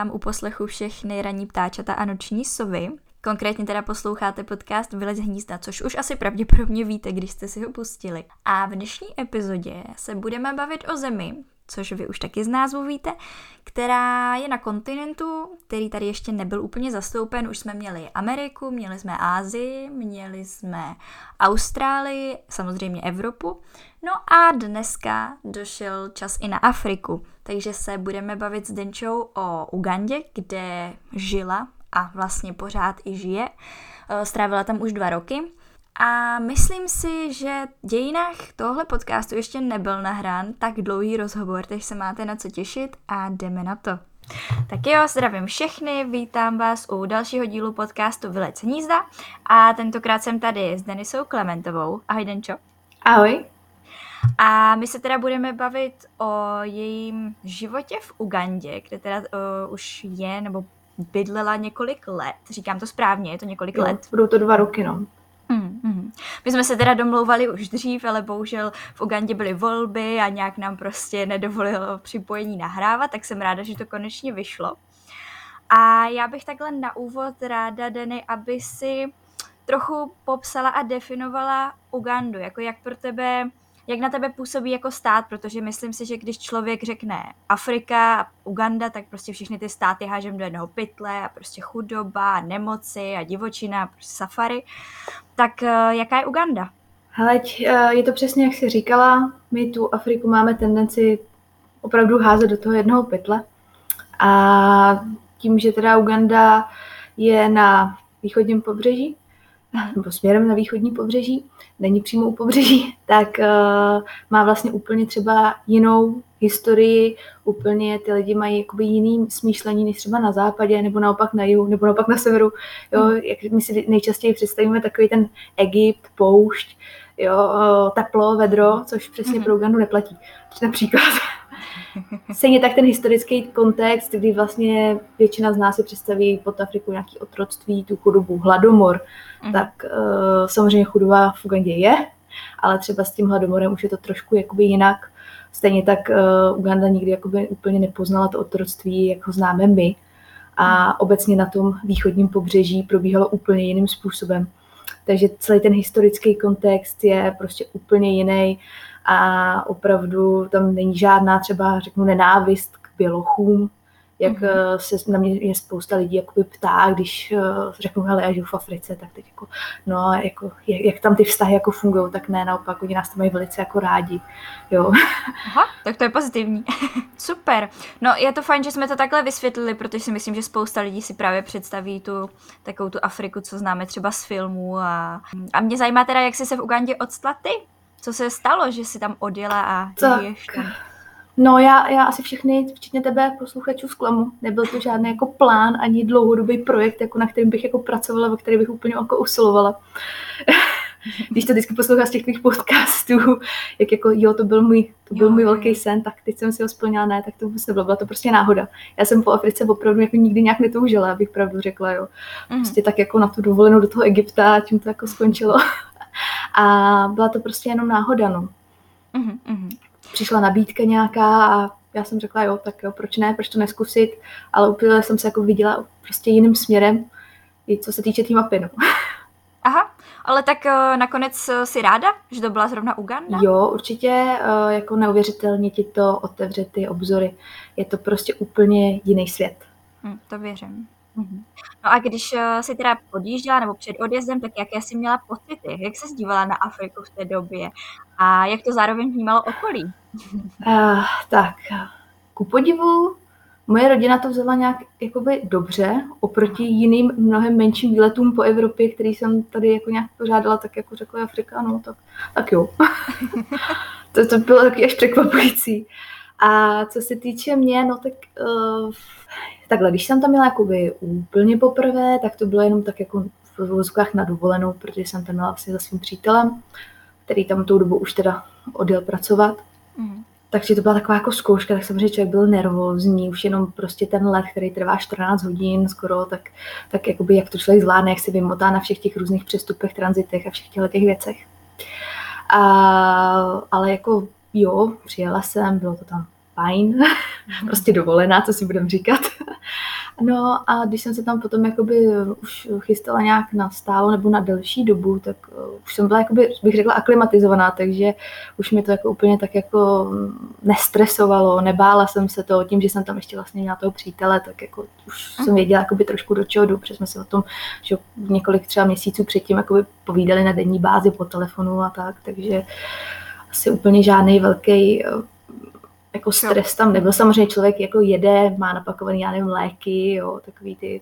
vítám u poslechu všechny ranní ptáčata a noční sovy. Konkrétně teda posloucháte podcast Vylez z hnízda, což už asi pravděpodobně víte, když jste si ho pustili. A v dnešní epizodě se budeme bavit o zemi, což vy už taky z názvu víte, která je na kontinentu, který tady ještě nebyl úplně zastoupen. Už jsme měli Ameriku, měli jsme Asii, měli jsme Austrálii, samozřejmě Evropu. No a dneska došel čas i na Afriku, takže se budeme bavit s Denčou o Ugandě, kde žila a vlastně pořád i žije. Strávila tam už 2 roky. A myslím si, že v dějinách tohle podcastu ještě nebyl nahrán tak dlouhý rozhovor, takže se máte na co těšit a jdeme na to. Tak jo, zdravím všechny, vítám vás u dalšího dílu podcastu Vylez z hnízda a tentokrát jsem tady s Denisou Klementovou. Ahoj Denčo. Ahoj. A my se teda budeme bavit o jejím životě v Ugandě, kde teda už je nebo bydlela několik let. Říkám to správně, je to několik let. Budou to 2 roky, no. My jsme se teda domlouvali už dřív, ale bohužel v Ugandě byly volby a nějak nám prostě nedovolilo připojení nahrávat, tak jsem ráda, že to konečně vyšlo. A já bych takhle na úvod ráda, Deny, aby si trochu popsala a definovala Ugandu, jako jak na tebe působí jako stát, protože myslím si, že když člověk řekne Afrika, Uganda, tak prostě všechny ty státy hážeme do jednoho pytle a prostě chudoba, nemoci a divočina a prostě safari. Tak jaká je Uganda? Hele, je to přesně, jak jsi říkala, my tu Afriku máme tendenci opravdu házet do toho jednoho pytle. A tím, že teda Uganda je na východním pobřeží, nebo směrem na východní pobřeží, není přímo u pobřeží, tak má vlastně úplně třeba jinou historii, úplně ty lidi mají jakoby jiný smýšlení než třeba na západě, nebo naopak na jihu, nebo naopak na severu. Jo, jak my si nejčastěji představíme takový ten Egypt, poušť, jo, teplo, vedro, což přesně pro Ugandu neplatí. Například. Stejně tak ten historický kontext, kdy vlastně většina z nás si představí pod Afriku nějaký otroctví, tu chudobu, hladomor, tak samozřejmě chudoba v Ugandě je, ale třeba s tím hladomorem už je to trošku jakoby jinak. Stejně tak Uganda nikdy jakoby úplně nepoznala to otroctví, jak ho známe my. A obecně na tom východním pobřeží probíhalo úplně jiným způsobem. Takže celý ten historický kontext je prostě úplně jiný. A opravdu tam není žádná třeba, řeknu, nenávist k bělochům, jak se na mě je spousta lidí jakoby ptá, když řeknu, hele, já žiju v Africe, tak teď jako, no, jako, jak tam ty vztahy jako fungují, tak ne, naopak, oni nás tam mají velice jako rádi, jo. Aha, tak to je pozitivní. Super. No, je to fajn, že jsme to takhle vysvětlili, protože si myslím, že spousta lidí si právě představí takovou tu Afriku, co známe třeba z filmů a mě zajímá teda, jak jsi se v Ugandě odstla ty? Co se stalo, že jsi tam odjela a žiješ tam? No já asi všechny, včetně tebe, posluchačů, zklamu. Nebyl to žádný jako plán, ani dlouhodobý projekt, jako na kterým bych jako pracovala, o který bych úplně jako usilovala. Když to vždycky poslouchám z těch tvých podcastů, jak jako jo, to byl můj velký sen, tak teď jsem si ho splnila, ne, tak to vůbec nebylo, byla to prostě náhoda. Já jsem po Africe opravdu jako nikdy nějak netoužila, abych pravdu řekla, jo. Prostě tak jako na tu dovolenou do toho Egypta, čím to jako skončilo. A byla to prostě jenom náhoda, no. Přišla nabídka nějaká a já jsem řekla, jo, tak jo, proč ne, proč to neskusit, ale úplně jsem se jako viděla prostě jiným směrem, i co se týče té mapy, no. Aha, ale tak nakonec si ráda, že to byla zrovna Uganda? Jo, určitě, jako neuvěřitelně ti to otevře ty obzory. Je to prostě úplně jiný svět. To věřím. No a když jsi teda odjížděla nebo před odjezdem, tak jaké jsi měla pocity? Jak se dívala na Afriku v té době? A jak to zároveň vnímalo okolí? Tak, ku podivu, moje rodina to vzala nějak jakoby dobře, oproti jiným mnohem menším výletům po Evropě, který jsem tady jako nějak pořádala, tak jako řekla Afrika, no tak jo. to bylo taky až překvapující. A co se týče mě, no tak takhle, když jsem tam měla jakoby úplně poprvé, tak to bylo jenom tak jako v vozovkách na dovolenou, protože jsem tam měla vlastně za svým přítelem, který tam tou dobu už teda odjel pracovat. Takže to byla taková jako zkouška, tak samozřejmě člověk byl nervózní, už jenom prostě ten let, který trvá 14 hodin skoro, tak jakoby jak to člověk zvládne, jak se vymotá na všech těch různých přestupech, tranzitech a všech těch věcech. Ale jako jo, přijela jsem, bylo to tam fajn, prostě dovolená, co si budem říkat. No a když jsem se tam potom jakoby už chystala nějak na stálo nebo na delší dobu, tak už jsem byla jakoby, bych řekla, aklimatizovaná, takže už mi to jako úplně tak jako nestresovalo, nebála jsem se toho, tím, že jsem tam ještě vlastně měla toho přítele, tak jako už jsem věděla jakoby trošku do čeho jdu, protože jsme se o tom, že několik třeba měsíců předtím jakoby povídali na denní bázi po telefonu a tak, takže asi úplně žádný velký jako stres tam nebyl. Samozřejmě člověk jako jede, má napakovaný, já nevím, léky, jo, takový ty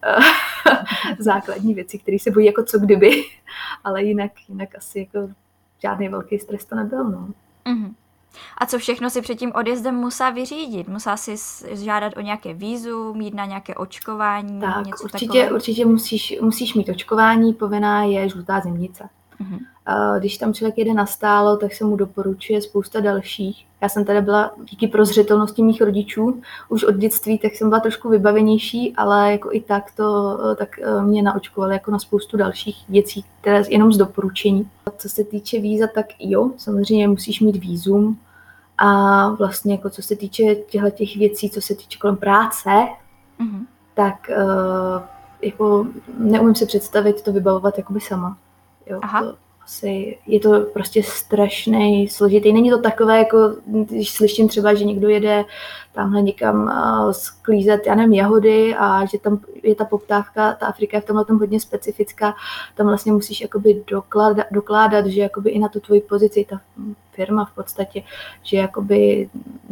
základní věci, které se bojí jako co kdyby, ale jinak asi jako žádný velký stres to nebyl, no. Mm-hmm. A co všechno si před tím odjezdem musela vyřídit? Musela si žádat o nějaké vízum, jít na nějaké očkování? Tak, něco určitě musíš mít očkování, povinná je žlutá zemnice. Mm-hmm. Když tam člověk jede nastálo, tak se mu doporučuje spousta dalších. Já jsem tady byla díky prozřetelnosti mých rodičů už od dětství, tak jsem byla trošku vybavenější, ale jako i tak mě naočkovali jako na spoustu dalších věcí, které jenom z doporučení. Co se týče víza, tak jo, samozřejmě musíš mít vízum a vlastně jako co se týče těch věcí, co se týče kolem práce, tak jako neumím si představit to vybavovat jakoby sama. Jo, je to prostě strašný, složitý. Není to takové, jako když slyším třeba, že někdo jede tamhle někam sklízet, já nevím, jahody a že tam je ta poptávka, ta Afrika je v tomhle tom hodně specifická. Tam vlastně musíš jakoby dokládat, že jakoby i na tu tvoji pozici, ta firma v podstatě, že jakoby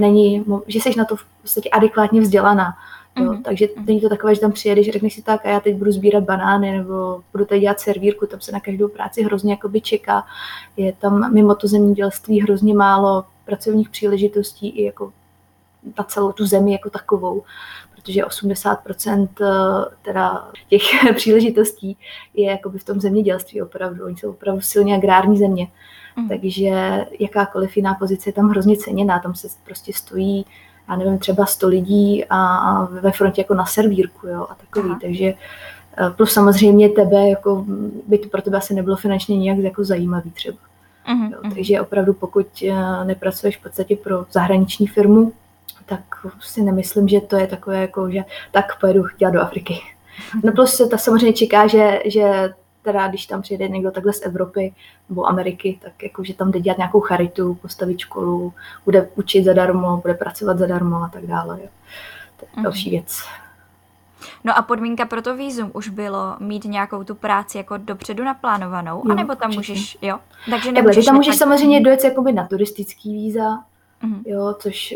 že jsi na to v podstatě adekvátně vzdělaná. Jo, takže není to takové, že tam přijedeš, řekneš si tak a já teď budu sbírat banány nebo budu tady dělat servírku, tam se na každou práci hrozně jakoby čeká. Je tam mimo to zemědělství hrozně málo pracovních příležitostí i jako na celou tu zemi jako takovou, protože 80% teda těch příležitostí je jakoby v tom zemědělství opravdu. Oni jsou opravdu silně agrární země. Takže jakákoliv jiná pozice je tam hrozně ceněná, tam se prostě stojí já nevím, třeba 100 lidí a ve frontě jako na servírku, jo, a takový, takže plus samozřejmě tebe, jako by to pro tebe asi nebylo finančně nějak jako zajímavý třeba. Jo, takže opravdu pokud nepracuješ v podstatě pro zahraniční firmu, tak si nemyslím, že to je takové jako, že tak pojedu dělat do Afriky. No plus se ta samozřejmě čeká, že teda když tam přijde někdo takhle z Evropy nebo Ameriky, tak jako, že tam jde dělat nějakou charitu, postavit školu, bude učit zadarmo, bude pracovat zadarmo a tak dále. Jo. To je další věc. No a podmínka pro to vízum už bylo mít nějakou tu práci jako dopředu naplánovanou, jo, anebo tam můžeš, jo? Takže ty tam můžeš samozřejmě dojet jakoby na turistický víza, jo, což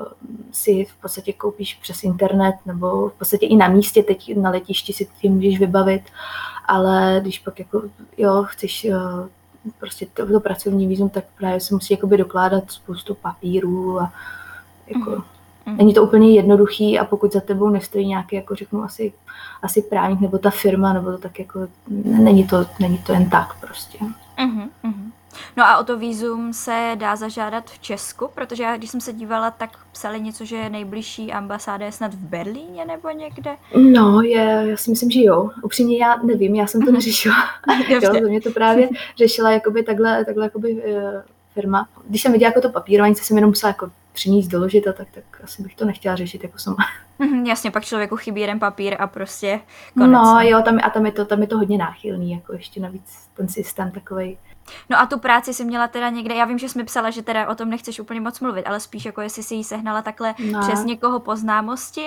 si v podstatě koupíš přes internet, nebo v podstatě i na místě, teď na letišti si tím můžeš vybavit, ale když pak jako, jo, chceš prostě to pracovní vízum, tak právě se musí jakoby dokládat spoustu papírů a jako není to úplně jednoduchý a pokud za tebou nestojí nějaký, jako řeknu, asi právník nebo ta firma, nebo to tak jako, není to jen tak prostě. No a o to vízum se dá zažádat v Česku, protože já, když jsem se dívala, tak psali něco, že nejbližší ambasáda je snad v Berlíně nebo někde. No, já si myslím, že jo. Upřímně já nevím, já jsem to neřešila. Jo, to mě to právě řešila jakoby takhle jakoby firma. Když jsem viděla jako to papírování, co jsem jenom musela jako přinést, doložit a tak asi bych to nechtěla řešit jako sama. Jasně, pak člověku chybí jeden papír a prostě konec. No jo, tam je to hodně náchylný, jako ještě navíc ten systém takovej. No a tu práci si měla teda někde, já vím, že jsi mi psala, že teda o tom nechceš úplně moc mluvit, ale spíš jako jestli si ji sehnala takhle přes někoho po známosti.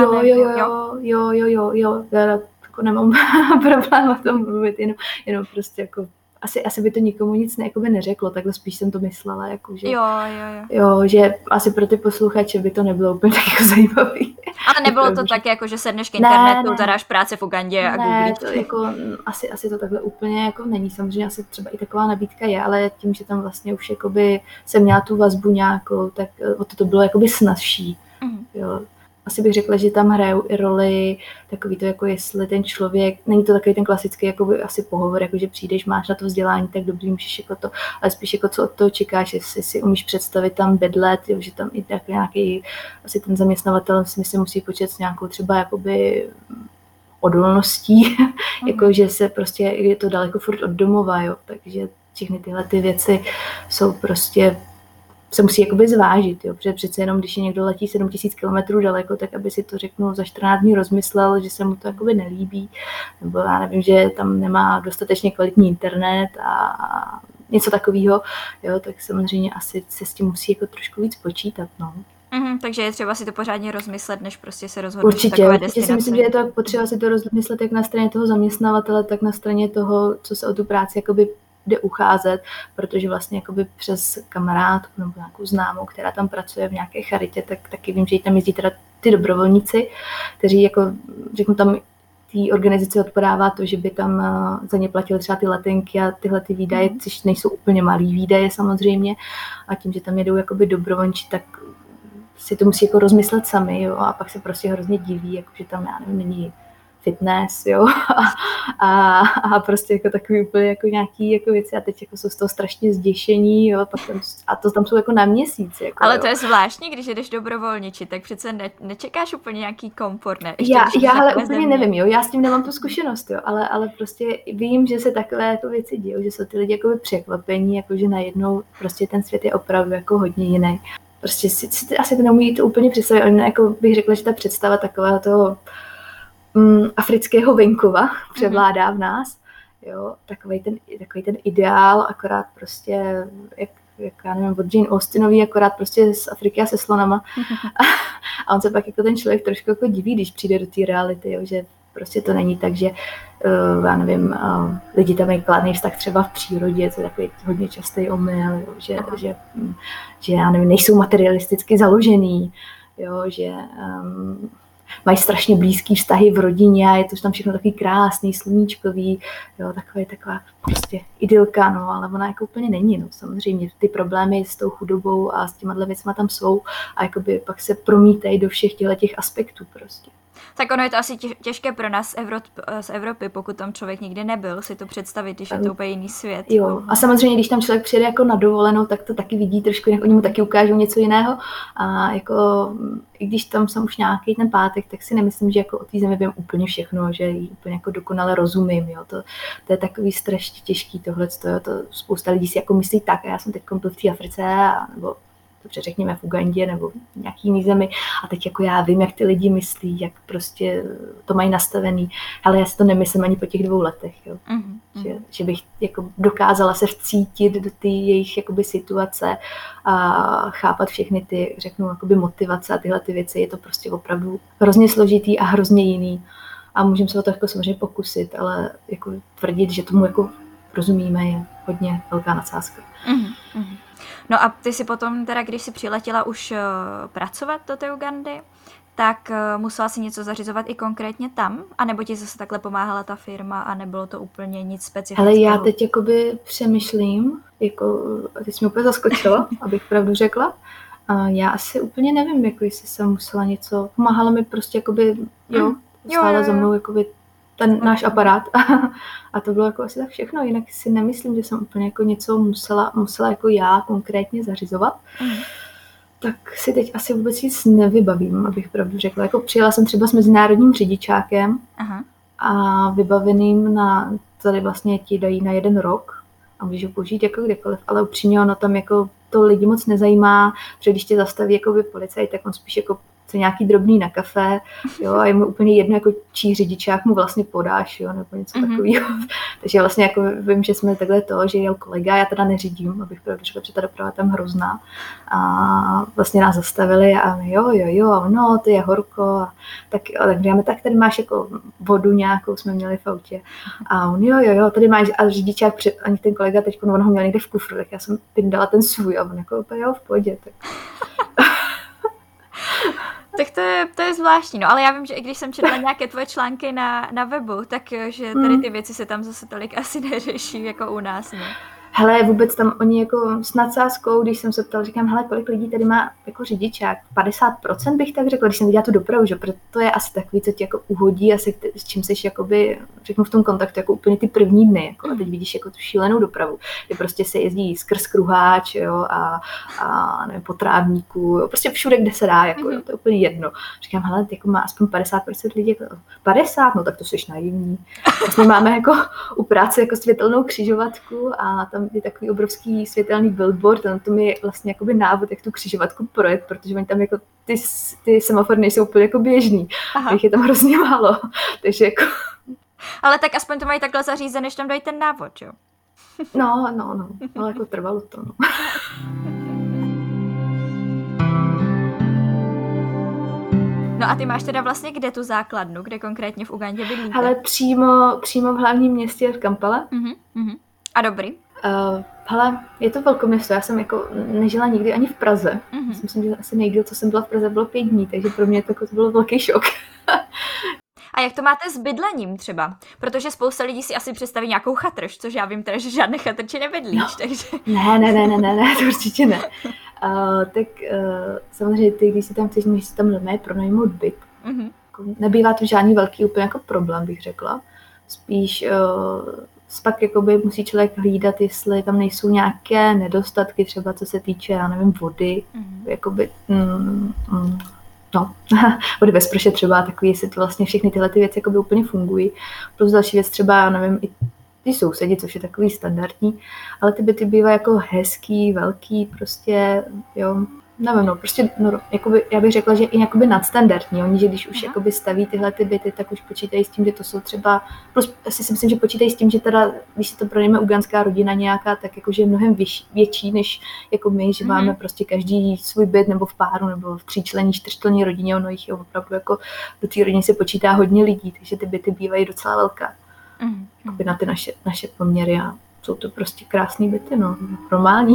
Jo, já jako nemám problém o tom mluvit, jenom prostě jako asi by to nikomu nic neřeklo, takhle spíš jsem to myslela, jako, že, jo, že asi pro ty posluchače by to nebylo úplně tak jako zajímavý. Ale nebylo to tak, jako, že sedneš k internetu, zadáš práci v Ugandě a googlíš. Ne, to jako, asi to takhle úplně jako není, samozřejmě asi třeba i taková nabídka je, ale tím, že tam vlastně už jakoby jsem měla tu vazbu nějakou, tak o to bylo jakoby snazší, jo. Asi bych řekla, že tam hrajou i roli takový to, jako jestli ten člověk, není to takový ten klasický jakoby asi pohovor, jako že přijdeš, máš na to vzdělání, tak dobrý, můžeš jako to, ale spíš jako co od toho čekáš, jestli si umíš představit tam bydlet, jo, že tam i nějaký, asi ten zaměstnavatel si myslím musí počít s nějakou třeba jakoby odolností, jako že se prostě, je to daleko furt od domova, jo, takže všechny tyhle ty věci jsou prostě se musí jakoby zvážit, jo, protože přece jenom, když je někdo letí 7000 kilometrů daleko, tak aby si to řeknu za 14 dní rozmyslel, že se mu to jakoby nelíbí, nebo já nevím, že tam nemá dostatečně kvalitní internet a něco takového, jo, tak samozřejmě asi se s tím musí jako trošku víc počítat, no. Takže je třeba si to pořádně rozmyslet, než prostě se rozhodnout takové destinaci. Určitě si myslím, že je to potřeba si to rozmyslet jak na straně toho zaměstnavatele, tak na straně toho, co se o tu práci jakoby jde ucházet, protože vlastně jakoby přes kamarádku nebo nějakou známou, která tam pracuje v nějaké charitě, tak taky vím, že tam jezdí teda ty dobrovolníci, kteří jako, řeknu tam, té organizaci odpadává to, že by tam za ně platili třeba ty letenky a tyhle ty výdaje, což nejsou úplně malý výdaje samozřejmě, a tím, že tam jedou jakoby dobrovolníci, tak si to musí jako rozmyslet sami, jo, a pak se prostě hrozně diví, jako, že tam, já nevím, není fitness, jo, a prostě jako takový úplně jako nějaký jako věci a teď jako jsou z toho strašně zděšení, jo, pak tam jsou jako na měsíc. Jako, ale jo. To je zvláštní, když jdeš dobrovolničit, tak přece nečekáš úplně nějaký komfort, ne? Já ale úplně nevím, jo, já s tím nemám tu zkušenost, jo, ale prostě vím, že se takové jako věci dějou, že jsou ty lidi jako překvapení, jako že najednou prostě ten svět je opravdu jako hodně jiný. Prostě si asi to neumí to úplně představit, ale jako bych řekla, že ta představa takového toho afrického venkova převládá v nás, jo, takový ten ideál, akorát prostě, jak já nevím, od Jane Austenový, akorát prostě z Afriky a se slonama. A on se pak jako ten člověk trošku jako diví, když přijde do té reality, jo, že prostě to není tak, že já nevím, lidi tam mají kladný vztah třeba v přírodě, to je takový hodně častý omyl, jo, že já nevím, nejsou materialisticky založený, jo, že mají strašně blízký vztahy v rodině a je to tam všechno takový krásný, sluníčkový, jo, taková prostě idylka, no, ale ona jako úplně není, no, samozřejmě ty problémy s tou chudobou a s těma věcma tam jsou a jakoby pak se promítají do všech těch aspektů prostě. Tak ono je to asi těžké pro nás z Evropy, pokud tam člověk nikdy nebyl, si to představit, když je to úplně jiný svět. Jo, a samozřejmě, když tam člověk přijede jako na dovolenou, tak to taky vidí trošku jinak, oni mu taky ukážou něco jiného a jako, i když tam jsem už nějaký ten pátek, tak si nemyslím, že jako o té zemi vím úplně všechno, že ji úplně jako dokonale rozumím, jo, to je takový strašně těžký tohleto, jo, to spousta lidí si jako myslí tak a já jsem teď byl v té Africe, nebo dobře řekněme v Ugandě nebo v nějaký jiný zemi a teď jako já vím, jak ty lidi myslí, jak prostě to mají nastavený, ale já si to nemyslím ani po těch 2 letech, jo. Že bych jako dokázala se vcítit do té jejich jakoby situace a chápat všechny ty, řeknu, jakoby motivace a tyhle ty věci, je to prostě opravdu hrozně složitý a hrozně jiný a můžeme se o to jako samozřejmě pokusit, ale jako tvrdit, že tomu jako rozumíme, je hodně velká nadsázka. No a ty si potom, teda když jsi přiletěla už pracovat do té Ugandy, tak musela si něco zařizovat i konkrétně tam? A nebo ti zase takhle pomáhala ta firma a nebylo to úplně nic specifického? Ale já teď jakoby přemýšlím, jako, teď jsi mi úplně zaskočila, abych pravdu řekla. A já asi úplně nevím, jako jestli jsem musela něco, pomáhala mi prostě jakoby, stála za mnou jakoby ten náš aparát a to bylo jako asi tak všechno, jinak si nemyslím, že jsem úplně jako něco musela jako já konkrétně zařizovat. Tak si teď asi vůbec nic nevybavím, abych pravdu řekla. Jako přijela jsem třeba s mezinárodním řidičákem a vybaveným na, tady vlastně ti dají na 1 rok a můžeš ho použít jako kdekoliv, ale upřímně ono tam jako to lidi moc nezajímá, protože když tě zastaví jakoby policajt, tak on spíš jako chce nějaký drobný na kafe, jo, a je mu úplně jedno, jako čí řidičák mu vlastně podáš, jo, nebo něco takového. Takže vlastně jako vím, že jsme takhle to, že jel kolega, já teda neřídím, abych pravdu řekla, protože ta doprava tam hrozná. A vlastně nás zastavili a jo, no, to je horko. A tak říkáme, tak tady máš jako vodu nějakou, jsme měli v autě. A on jo, tady máš, a řidičák, ani ten kolega teď, on ho měl někde v kufru, tak já jsem tím dala ten svůj a on jako, jo, v pohodě. Tak. Tak to je zvláštní, no, ale já vím, že i když jsem četla nějaké tvoje články na webu, tak že tady ty věci se tam zase tolik asi neřeší jako u nás, ne? Hele, vůbec tam oni jako s nadsázkou, když jsem se ptal, říkám, hele, kolik lidí tady má jako řidičák? 50% bych tak řekla, když jsem viděla tu dopravu, že proto to je asi takový, co ti jako uhodí a s čím seš jakoby, řeknu v tom kontaktu jako úplně ty první dny, jako, a teď vidíš jako tu šílenou dopravu, kde prostě se jezdí skrz Kruháč, jo, a nevím, po Trávníku, jo, prostě všude, kde se dá, jako, jo, to je úplně jedno. Říkám, hele, jako má aspoň 50% lidí, jako 50, no tak to jsi naivní. Vlastně máme jako u práce jako světelnou křižovatku a tam tam je takový obrovský světelný billboard, a to mi je vlastně jakoby návod, jak tu křižovatku projet, protože oni tam jako ty semafory nejsou úplně jako běžný. Jich je tam hrozně málo, takže jako... Ale tak aspoň to mají takhle zařízené, než tam dají ten návod, jo? No, ale jako trvalo to, no. No a ty máš teda vlastně kde tu základnu, kde konkrétně v Ugandě bydlíte? Ale přímo v hlavním městě v Kampale. A dobrý? Hele, je to velkoměsto, já jsem jako nežila nikdy ani v Praze. Myslím, že asi nejdýl, co jsem byla v Praze, bylo 5 dní, takže pro mě to byl velký šok. A jak to máte s bydlením třeba? Protože spousta lidí si asi představí nějakou chatrč, což já vím teda, že žádné chatrči nebydlíš, no. Takže... Ne, to určitě ne. Samozřejmě ty, když si tam chceš, můžeš si tam normálně pronajmout byt. Nebývá to žádný velký úplně jako problém, bych řekla. Spíš pak jakoby musí člověk hlídat, jestli tam nejsou nějaké nedostatky, třeba co se týče, já nevím, vody, jakoby, vody ve sprše třeba, takový, jestli to vlastně všechny tyhle ty věci jakoby úplně fungují. Plus další věc třeba, já nevím, i ty sousedi, což je takový standardní, ale ty byty bývají jako hezký, velký, prostě, jo, nevím, prostě, jakoby, já bych řekla, že i jakoby nadstandardní, oni, že když už jakoby staví tyhle ty byty, tak už počítají s tím, že to jsou třeba, plus asi si myslím, že počítají s tím, že teda, když si to pronajme ugandská rodina nějaká, tak jakože je mnohem větší, než jako my, že máme prostě každý svůj byt, nebo v páru, nebo v 3členní, 4členní rodině, ono jich je opravdu jako, do té rodiny se počítá hodně lidí, takže ty byty bývají docela velká. Jakoby na ty naše poměry a jsou to prostě krásný byty, no, normální.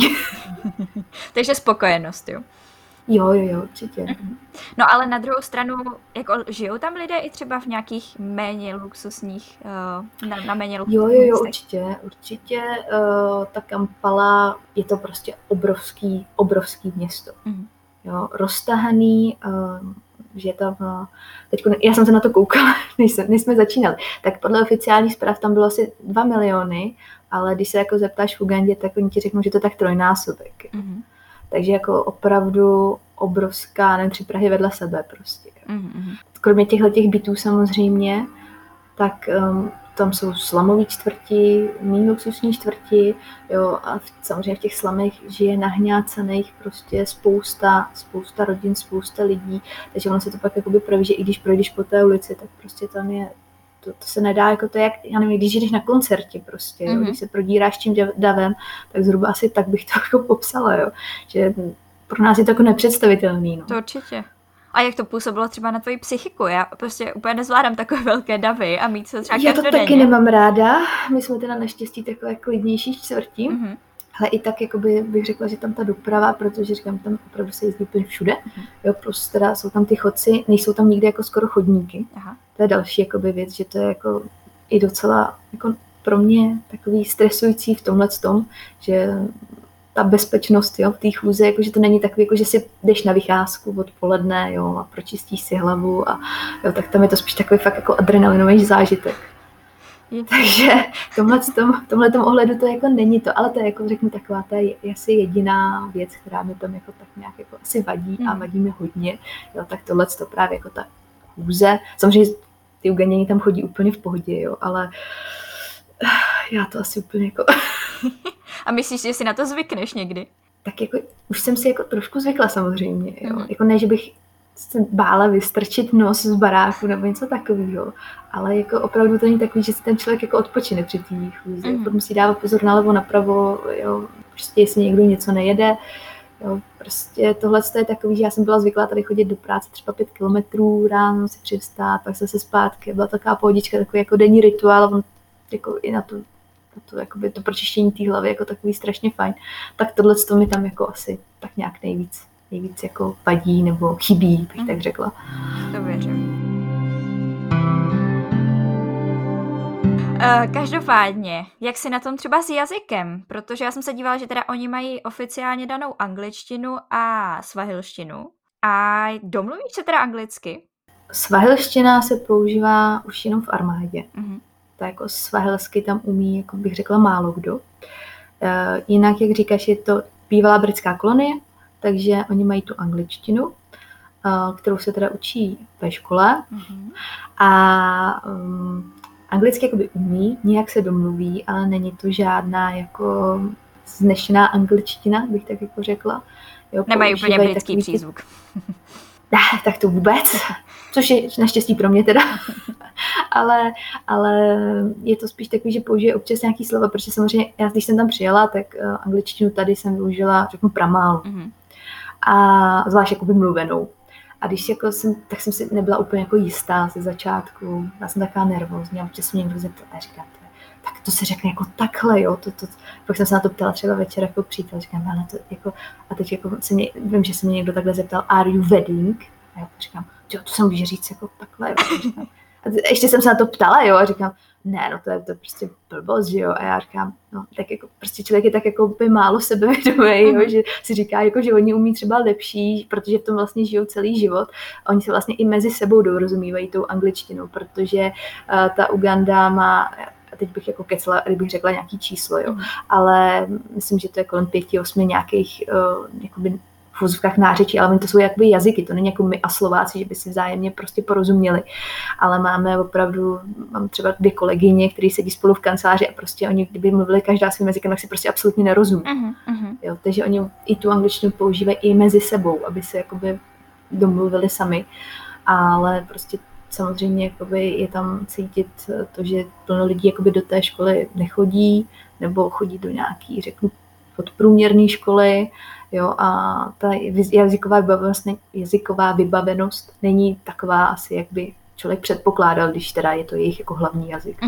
Takže spokojenost, jo? Jo, určitě. No ale na druhou stranu, jako žijou tam lidé i třeba v nějakých méně luxusních, na méně luxusních Jo, určitě. Ta Kampala je to prostě obrovský město. Jo, roztahaný, že tam, já jsem se na to koukala, než jsme začínali, tak podle oficiálních zpráv tam bylo asi 2 miliony, ale když se jako zeptáš v Ugandě, tak oni ti řeknou, že to tak trojnásobek. Takže jako opravdu obrovská, nevím, 3 Prahy vedle sebe prostě. Kromě těch bytů samozřejmě, tak tam jsou slamové čtvrti, méně luxusní čtvrti, jo, a samozřejmě v těch slamech žije nahňácených prostě spousta rodin, spousta lidí, takže ono se to pak jakoby projeví, že i když projdeš po té ulici, tak prostě tam je, to se nedá, jako to jak, já nevím, když jdeš na koncertě prostě, jo, když se prodíráš tím davem, tak zhruba asi tak bych to jako popsala, jo, že pro nás je to jako nepředstavitelný, no. To určitě. A jak to působilo třeba na tvoji psychiku? Já prostě úplně nezvládám takové velké davy a mít se třeba každodenně. Já to taky nemám ráda. My jsme teda naštěstí takové klidnější čtvrtí. Ale i tak jakoby bych řekla, že tam ta doprava, protože říkám, tam opravdu se jezdí úplně všude. Jo, prostě teda jsou tam ty chodci, nejsou tam nikdy jako skoro chodníky. To je další jakoby věc, že to je jako i docela jako pro mě takový stresující v tomhletom, že ta bezpečnost, jo, v té chůze, jakože to není takový, jako že si jdeš na vycházku odpoledne, jo, a pročistíš si hlavu a jo, tak tam je to spíš takový fakt jako adrenalinový zážitek. Takže v tomhletom ohledu to jako není to, ale to je jako řeknu taková, to je asi jediná věc, která mi tam jako tak nějak jako asi vadí a vadí mi hodně, jo, tak tohle to právě jako ta chůze, samozřejmě ty Uganděni tam chodí úplně v pohodě, jo, ale já to asi úplně jako... A myslíš, že si na to zvykneš někdy? Tak jako, už jsem si jako trošku zvykla samozřejmě, jo. Jako ne, že bych se bála vystrčit nos z baráku nebo něco takového, ale jako opravdu to není takový, že si ten člověk jako odpočine při té chůzi. Musí dávat pozor nalevo, napravo, jo. Prostě jestli někdo něco nejede, jo. Prostě tohle je takový, že já jsem byla zvyklá tady chodit do práce třeba 5 kilometrů, ráno si přivstát, pak zase zpátky. Byla taková pohodička, takový jako denní rituál, on jako i na to, jakoby to pročištění té hlavy jako takový strašně fajn. Tak tohle to mi tam jako asi tak nějak nejvíc jako vadí nebo chybí, bych tak řekla. To věřím. Každopádně, jak jsi na tom třeba s jazykem? Protože já jsem se dívala, že teda oni mají oficiálně danou angličtinu a svahilštinu. A domluvíš se teda anglicky? Svahilština se používá už jenom v armádě. Tak jako svahilsky tam umí, jako bych řekla, málo kdo. Jinak, jak říkáš, je to bývalá britská kolonie, takže oni mají tu angličtinu, kterou se teda učí ve škole. A anglicky jakoby umí, nějak se domluví, ale není to žádná jako znešená angličtina, bych tak jako řekla. Jo, nemají úplně britský přízvuk. Ne, tak to vůbec, což je naštěstí pro mě teda. ale je to spíš takový, že použije občas nějaký slova, protože samozřejmě já, když jsem tam přijela, tak angličtinu tady jsem využila, řeknu, pramálu. A zvlášť jakoby mluvenou. A když jako tak jsem si nebyla úplně jako jistá ze začátku. Já jsem taková nervózní a občas mě někdo zeptal a říkám, tak to se řekne jako takhle, jo. Pak jsem se na to ptala třeba večer jako přítel, říkám, ale to jako, a teď jako vím, že se mě někdo takhle zeptal, are you wedding? A já říkám, jo, to se může říct jako takhle, jo. A ještě jsem se na to ptala, jo, a říkám, ne, no to je prostě blbost, že jo, a já říkám, no, tak jako prostě člověk je tak jako by málo sebevědomý, jo, že si říká, jako, že oni umí třeba lepší, protože v tom vlastně žijou celý život a oni se vlastně i mezi sebou dorozumívají tou angličtinou, protože ta Uganda má, a teď bych jako kecla, kdybych řekla nějaký číslo, jo, ale myslím, že to je kolem 5-8 nějakých jakoby v vozovkách nářečí, ale to jsou jakoby jazyky, to není jako my a Slováci, že by si vzájemně prostě porozuměli, ale mám třeba 2 kolegyně, které sedí spolu v kanceláři a prostě oni, kdyby mluvili každá svým jazykem, tak si prostě absolutně nerozumí. Jo, takže oni i tu angličtinu používají i mezi sebou, aby se jakoby domluvili sami, ale prostě samozřejmě jakoby je tam cítit to, že plno lidí jakoby do té školy nechodí, nebo chodí do nějaký, řeknu, podprůměrné školy, jo, a ta jazyková vybavenost není taková asi, jak by člověk předpokládal, když teda je to jejich jako hlavní jazyk.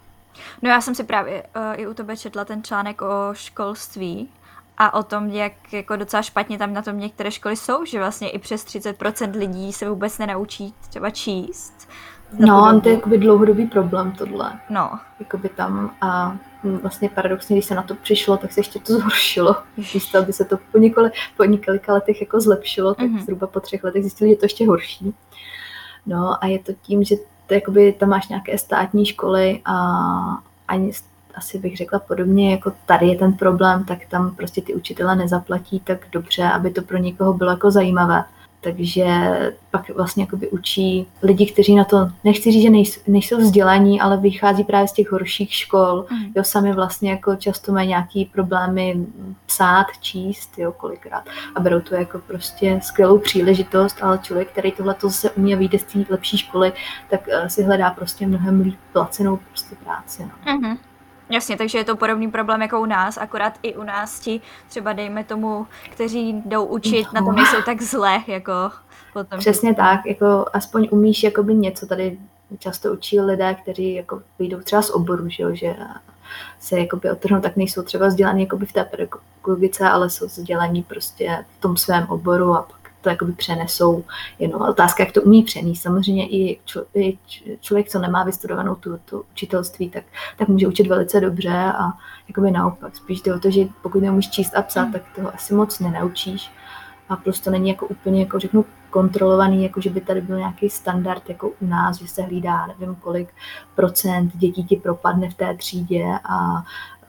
No já jsem si právě i u tebe četla ten článek o školství a o tom, jak jako docela špatně tam na tom některé školy jsou, že vlastně i přes 30% lidí se vůbec nenaučí třeba číst. No, to je jakoby dlouhodobý problém tohle. No. Jakoby tam a vlastně paradoxně, když se na to přišlo, tak se ještě to zhoršilo. Místo, aby se to po několika letech jako zlepšilo, tak zhruba po 3 letech zjistili, že to ještě horší. No a je to tím, že to, jakoby, tam máš nějaké státní školy a ani asi bych řekla podobně, jako tady je ten problém, tak tam prostě ty učitelé nezaplatí tak dobře, aby to pro někoho bylo jako zajímavé. Takže pak vlastně jakoby učí lidi, kteří na to, nechci říct, že nejsou vzdělaní, ale vychází právě z těch horších škol. Jo, sami vlastně jako často mají nějaký problémy psát, číst, jo, kolikrát. A berou to jako prostě skvělou příležitost, ale člověk, který tohleto zase umí a vyjde z té lepší školy, tak si hledá prostě mnohem líp placenou prostě práci. No. Jasně, takže je to podobný problém jako u nás, akorát i u nás ti třeba dejme tomu, kteří jdou učit, na tom nejsou tak zle, jako potom. Přesně tak, jako aspoň umíš jakoby něco, tady často učí lidé, kteří jako vyjdou třeba z oboru, že se jakoby odtrhnou, tak nejsou třeba vzdělaní jakoby v té pedagogice, ale jsou vzdělaní prostě v tom svém oboru a pak to jakoby přenesou. Jenom otázka, jak to umí přenést. Samozřejmě i člověk, co nemá vystudovanou tu učitelství, tak může učit velice dobře a jakoby naopak. Spíš jde o to, že pokud neumíš číst a psát, tak toho asi moc nenaučíš. A prostě to není jako úplně, jako řeknu, kontrolovaný, jako že by tady byl nějaký standard jako u nás, že se hlídá, nevím kolik procent dětí ti propadne v té třídě a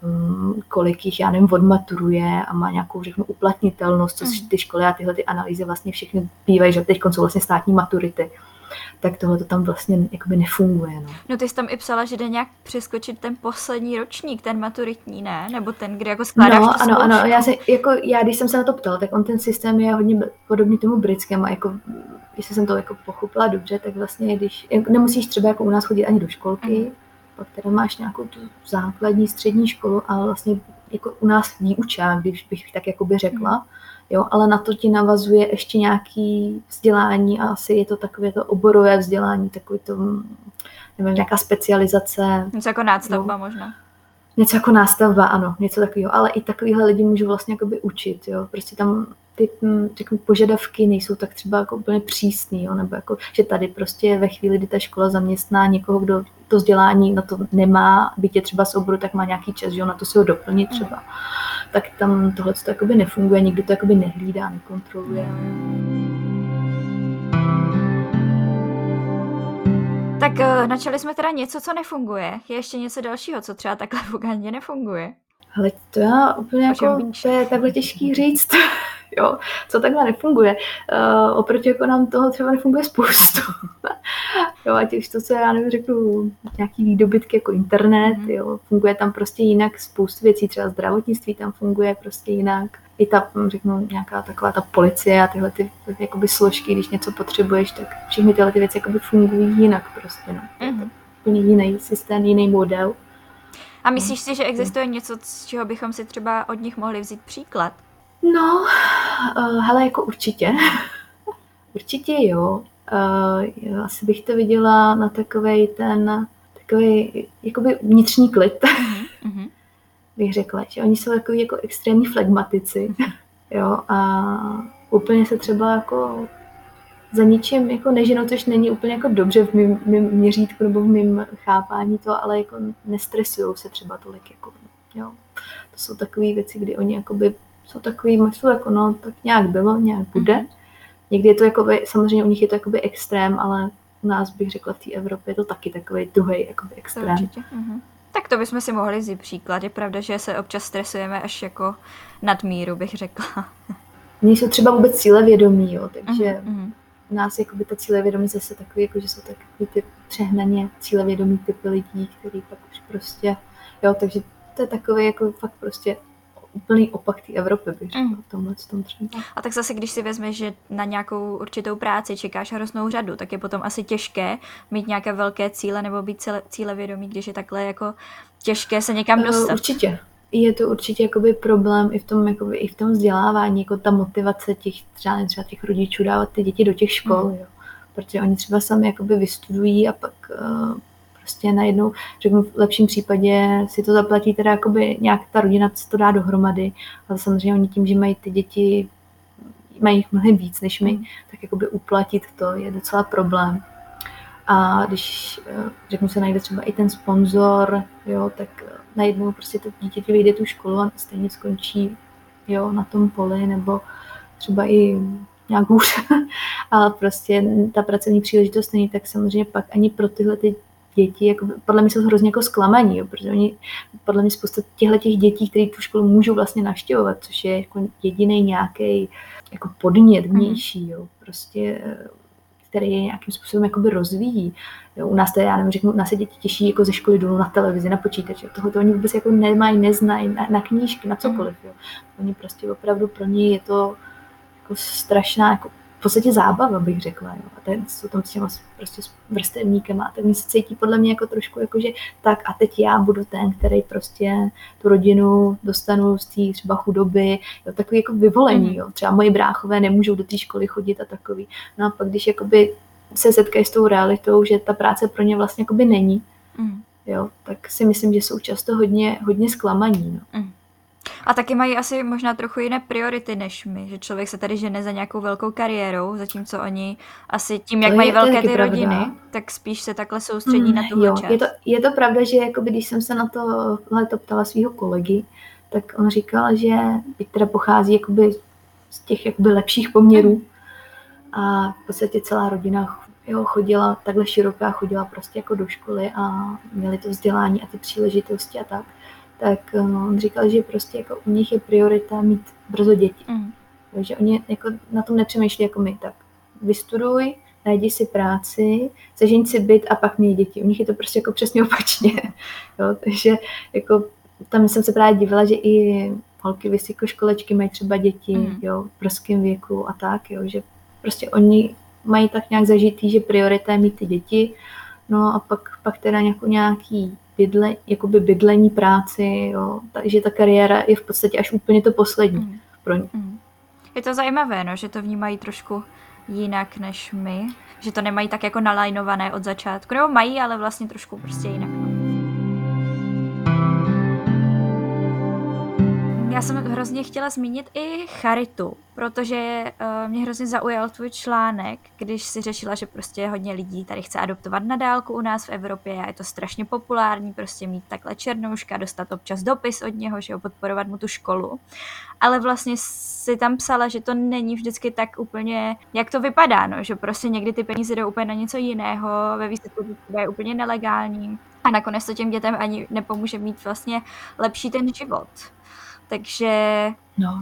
kolik jich, já nevím, odmaturuje a má nějakou, řeknu, uplatnitelnost, co ty školy a tyhle ty analýzy vlastně všechny bývají, že teď jsou vlastně státní maturity. Tak tohle to tam vlastně jakoby nefunguje. No ty jsi tam i psala, že jde nějak přeskočit ten poslední ročník, ten maturitní, ne? Nebo ten, kde jako skládáš tu zkoušku. Ano, já když jsem se na to ptala, tak on ten systém je hodně podobný tomu britskému a jako, jestli jsem to jako pochopila dobře, tak vlastně, když nemusíš třeba jako u nás chodit ani do školky, pak teda máš nějakou tu základní střední školu, ale vlastně jako u nás výučák, když bych tak jakoby řekla, jo, ale na to ti navazuje ještě nějaký vzdělání a asi je to takové to oborové vzdělání, takový to, nevím, nějaká specializace. Něco jako nástavba možná. Něco jako nástavba, ano, něco takového, ale i takovýhle lidi můžou vlastně jakoby učit, jo, prostě tam ty požadavky nejsou tak třeba jako úplně přísný, jo, nebo jako, že tady prostě ve chvíli, kdy ta škola zaměstná někoho, kdo to vzdělání na to nemá, byť je třeba z oboru, tak má nějaký čas, že jo, na to si ho doplnit třeba. Tak tam tohle to jakoby nefunguje, nikdo to jakoby nehlídá, nekontroluje. Tak načali jsme teda něco, co nefunguje. Je ještě něco dalšího, co třeba takhle v Ugandě nefunguje? Ale to já úplně jako, to je takhle těžký říct. Jo, co takhle nefunguje. Oproti jako nám toho třeba nefunguje spoustu. Jo, ať už to, co já nevím, řeknu, nějaký výdobytky jako internet, jo, funguje tam prostě jinak spoustu věcí, třeba zdravotnictví tam funguje prostě jinak. I ta, řeknu, nějaká taková ta policie a tyhle ty jakoby složky, když něco potřebuješ, tak všechny tyhle ty věci jakoby fungují jinak prostě, no. To je úplně jiný systém, jiný model. A myslíš si, že existuje něco, z čeho bychom si třeba od nich mohli vzít příklad? No, hele, jako určitě. Určitě jo. Asi bych to viděla na takový jakoby vnitřní klid. Bych řekla, že oni jsou takový jako extrémní flegmatici. Jo, a úplně se třeba jako za ničím jako neženou, což není úplně jako dobře v mým měřítku nebo v mým chápání to, ale jako nestresujou se třeba tolik. Jako, jo. To jsou takové věci, kdy oni jakoby jsou takový, jsou jako no, tak nějak bylo, nějak bude. Někdy je to jakoby, samozřejmě u nich je to jakoby extrém, ale u nás bych řekla v té Evropě je to taky takový druhý jakoby extrém. Určitě. Tak to bychom si mohli vzít příklad. Je pravda, že se občas stresujeme až jako nad míru, bych řekla. Oni jsou třeba vůbec cílevědomí, jo, takže u nás jakoby ta cílevědomí zase takový, jako, že jsou takový ty přehnaně cílevědomí typy lidí, který pak už prostě, jo, takže to je takový jako fakt prostě úplný opak té Evropy, bych řekla, v tomhle tom třeba. A tak zase, když si vezmeš, že na nějakou určitou práci čekáš hroznou řadu, tak je potom asi těžké mít nějaké velké cíle nebo být cílevědomý, když je takhle jako těžké se někam dostat. Určitě. Je to určitě jakoby problém i v tom vzdělávání, jako ta motivace třeba těch rodičů dávat ty děti do těch škol, jo. Protože oni třeba sami jakoby vystudují a pak prostě najednou, řeknu v lepším případě si to zaplatí teda jakoby nějak ta rodina to dá dohromady, ale samozřejmě oni tím, že mají ty děti, mají jich mnohem víc než my, tak jakoby uplatit to je docela problém. A když, řeknu se, najde třeba i ten sponzor, jo, tak najednou prostě to dítě vyjde tu školu a stejně skončí, jo, na tom poli, nebo třeba i nějak hůř. Ale prostě ta pracovní příležitost není, tak samozřejmě pak ani pro tyhle ty děti, jako, podle mě jsou hrozně jako zklamaní, jo, protože oni, podle mě spousta těch dětí, které tu školu můžou vlastně navštěvovat, což je jako jediný nějaký jako podnět vnější, jo, prostě který je nějakým způsobem jakoby rozvíjí. Jo, u nás to je, já nevím, řeknu, u nás se děti těší jako ze školy dolů na televizi, na počítači. Tohle oni vůbec jako nemají, neznají, na knížky, na cokoliv. Jo. Oni prostě opravdu pro ně je to jako strašná, jako v podstatě zábava, bych řekla. Jo. A ten jsou tam s těma prostě vrstevníkem a tak oni se cítí podle mě jako trošku jako, že tak a teď já budu ten, který prostě tu rodinu dostanu z té třeba chudoby, jo, takový jako vyvolení. Jo. Třeba moji bráchové nemůžou do té školy chodit a takový. No a pak když jakoby se setkají s tou realitou, že ta práce pro ně vlastně jakoby není, jo, tak si myslím, že jsou často hodně zklamaní. No. A taky mají asi možná trochu jiné priority než my, že člověk se tady žene za nějakou velkou kariérou, zatímco oni asi tím, jak mají velké ty rodiny, tak spíš se takhle soustředí na tuhle část. Je to pravda, že jakoby, když jsem se na to ptala svého kolegy, tak on říkal, že byť teda pochází jakoby z těch jakoby lepších poměrů a v podstatě celá rodina chodila takhle široká, chodila prostě jako do školy a měli to vzdělání a ty příležitosti a tak on říkal, že prostě jako u nich je priorita mít brzo děti. Takže oni jako na tom nepřemýšlí jako my, tak vystuduj, najdi si práci, sežeň si byt a pak měj děti. U nich je to prostě jako přesně opačně. Jo, takže jako tam jsem se právě divila, že i holky vysokoškolečky mají třeba děti, jo, v brzkém věku a tak, jo, že prostě oni mají tak nějak zažitý, že priorita je mít ty děti, no a pak teda nějaký bydlení, práci, jo, takže ta kariéra je v podstatě až úplně to poslední pro ně. Je to zajímavé, no, že to vnímají trošku jinak než my, že to nemají tak jako nalajnované od začátku, nebo mají, ale vlastně trošku prostě jinak. Já jsem hrozně chtěla zmínit i charitu, protože mě hrozně zaujal tvůj článek, když si řešila, že prostě hodně lidí tady chce adoptovat na dálku u nás v Evropě a je to strašně populární, prostě mít takhle černouška, dostat občas dopis od něho, že ho podporovat mu tu školu. Ale vlastně si tam psala, že to není vždycky tak úplně, jak to vypadá, no, že prostě někdy ty peníze jdou úplně na něco jiného, ve výsledku to je úplně nelegální a nakonec to těm dětem ani nepomůže mít vlastně lepší ten život. Takže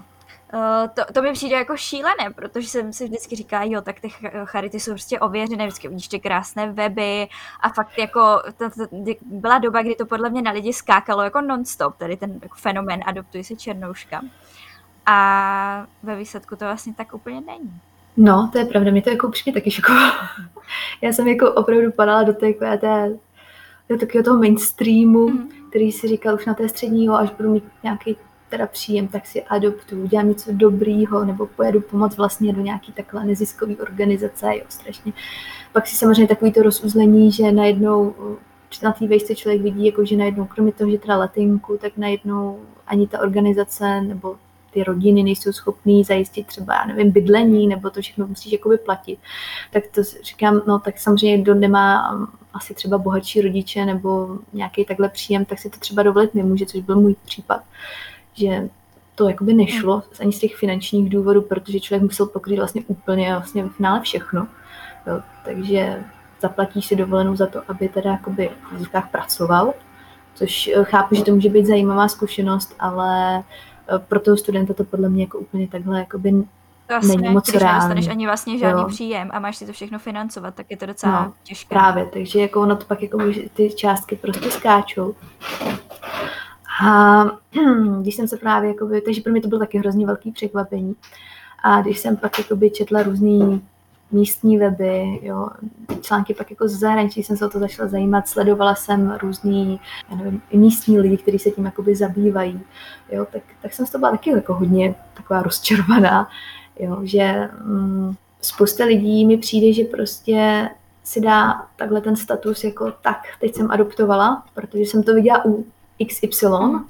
To mi přijde jako šílené, protože jsem si vždycky říkala, jo, tak ty charity jsou prostě ověřené, vždycky vidíš ty krásné weby a fakt jako byla doba, kdy to podle mě na lidi skákalo jako non-stop, tady ten jako fenomén adoptuj si černouška. A ve výsledku to vlastně tak úplně není. No, to je pravda, mě to jako upřímně taky šokovalo. Já jsem jako opravdu padala do takového toho mainstreamu, který si říkal už na té střední, jo, až budu mít nějaký teda příjem, tak si adoptuju, dělám něco dobrýho, nebo pojedu pomoct vlastně do nějaký takhle neziskový organizace, jo, strašně. Pak si samozřejmě takový to rozuzlení, že najednou na té vejšce člověk vidí, jako, že najednou, kromě toho, že teda letenku, tak najednou ani ta organizace nebo ty rodiny nejsou schopný zajistit třeba, já nevím, bydlení, nebo to všechno musíš jakoby platit. Tak to říkám, no tak samozřejmě, kdo nemá asi třeba bohatší rodiče nebo nějaký takhle příjem, tak si to třeba dovolit nemůže, což byl můj případ, že to jakoby nešlo ani z těch finančních důvodů, protože člověk musel pokrýt vlastně úplně vlastně v finále všechno. Jo, takže zaplatíš si dovolenou za to, aby teda jakoby v vozíkách pracoval, což chápu, že to může být zajímavá zkušenost, ale pro toho studenta to podle mě jako úplně takhle jakoby není moc když reálný. nedostaneš ani vlastně žádný příjem a máš si to všechno financovat, tak je to docela těžké. Právě, takže jako ono to pak jako ty částky prostě skáčou. A když jsem se právě jakoby, takže pro mě to bylo taky hrozně velký překvapení. A když jsem pak jakoby četla různý místní weby, jo, články pak jako z zahraničí, jsem se o to začala zajímat, sledovala jsem různý, já nevím, místní lidi, kteří se tím jakoby zabývají, jo, tak jsem z toho byla taky jako hodně taková rozčarovaná, jo, že spousta lidí mi přijde, že prostě si dá takhle ten status jako tak, teď jsem adoptovala, protože jsem to viděla u XY,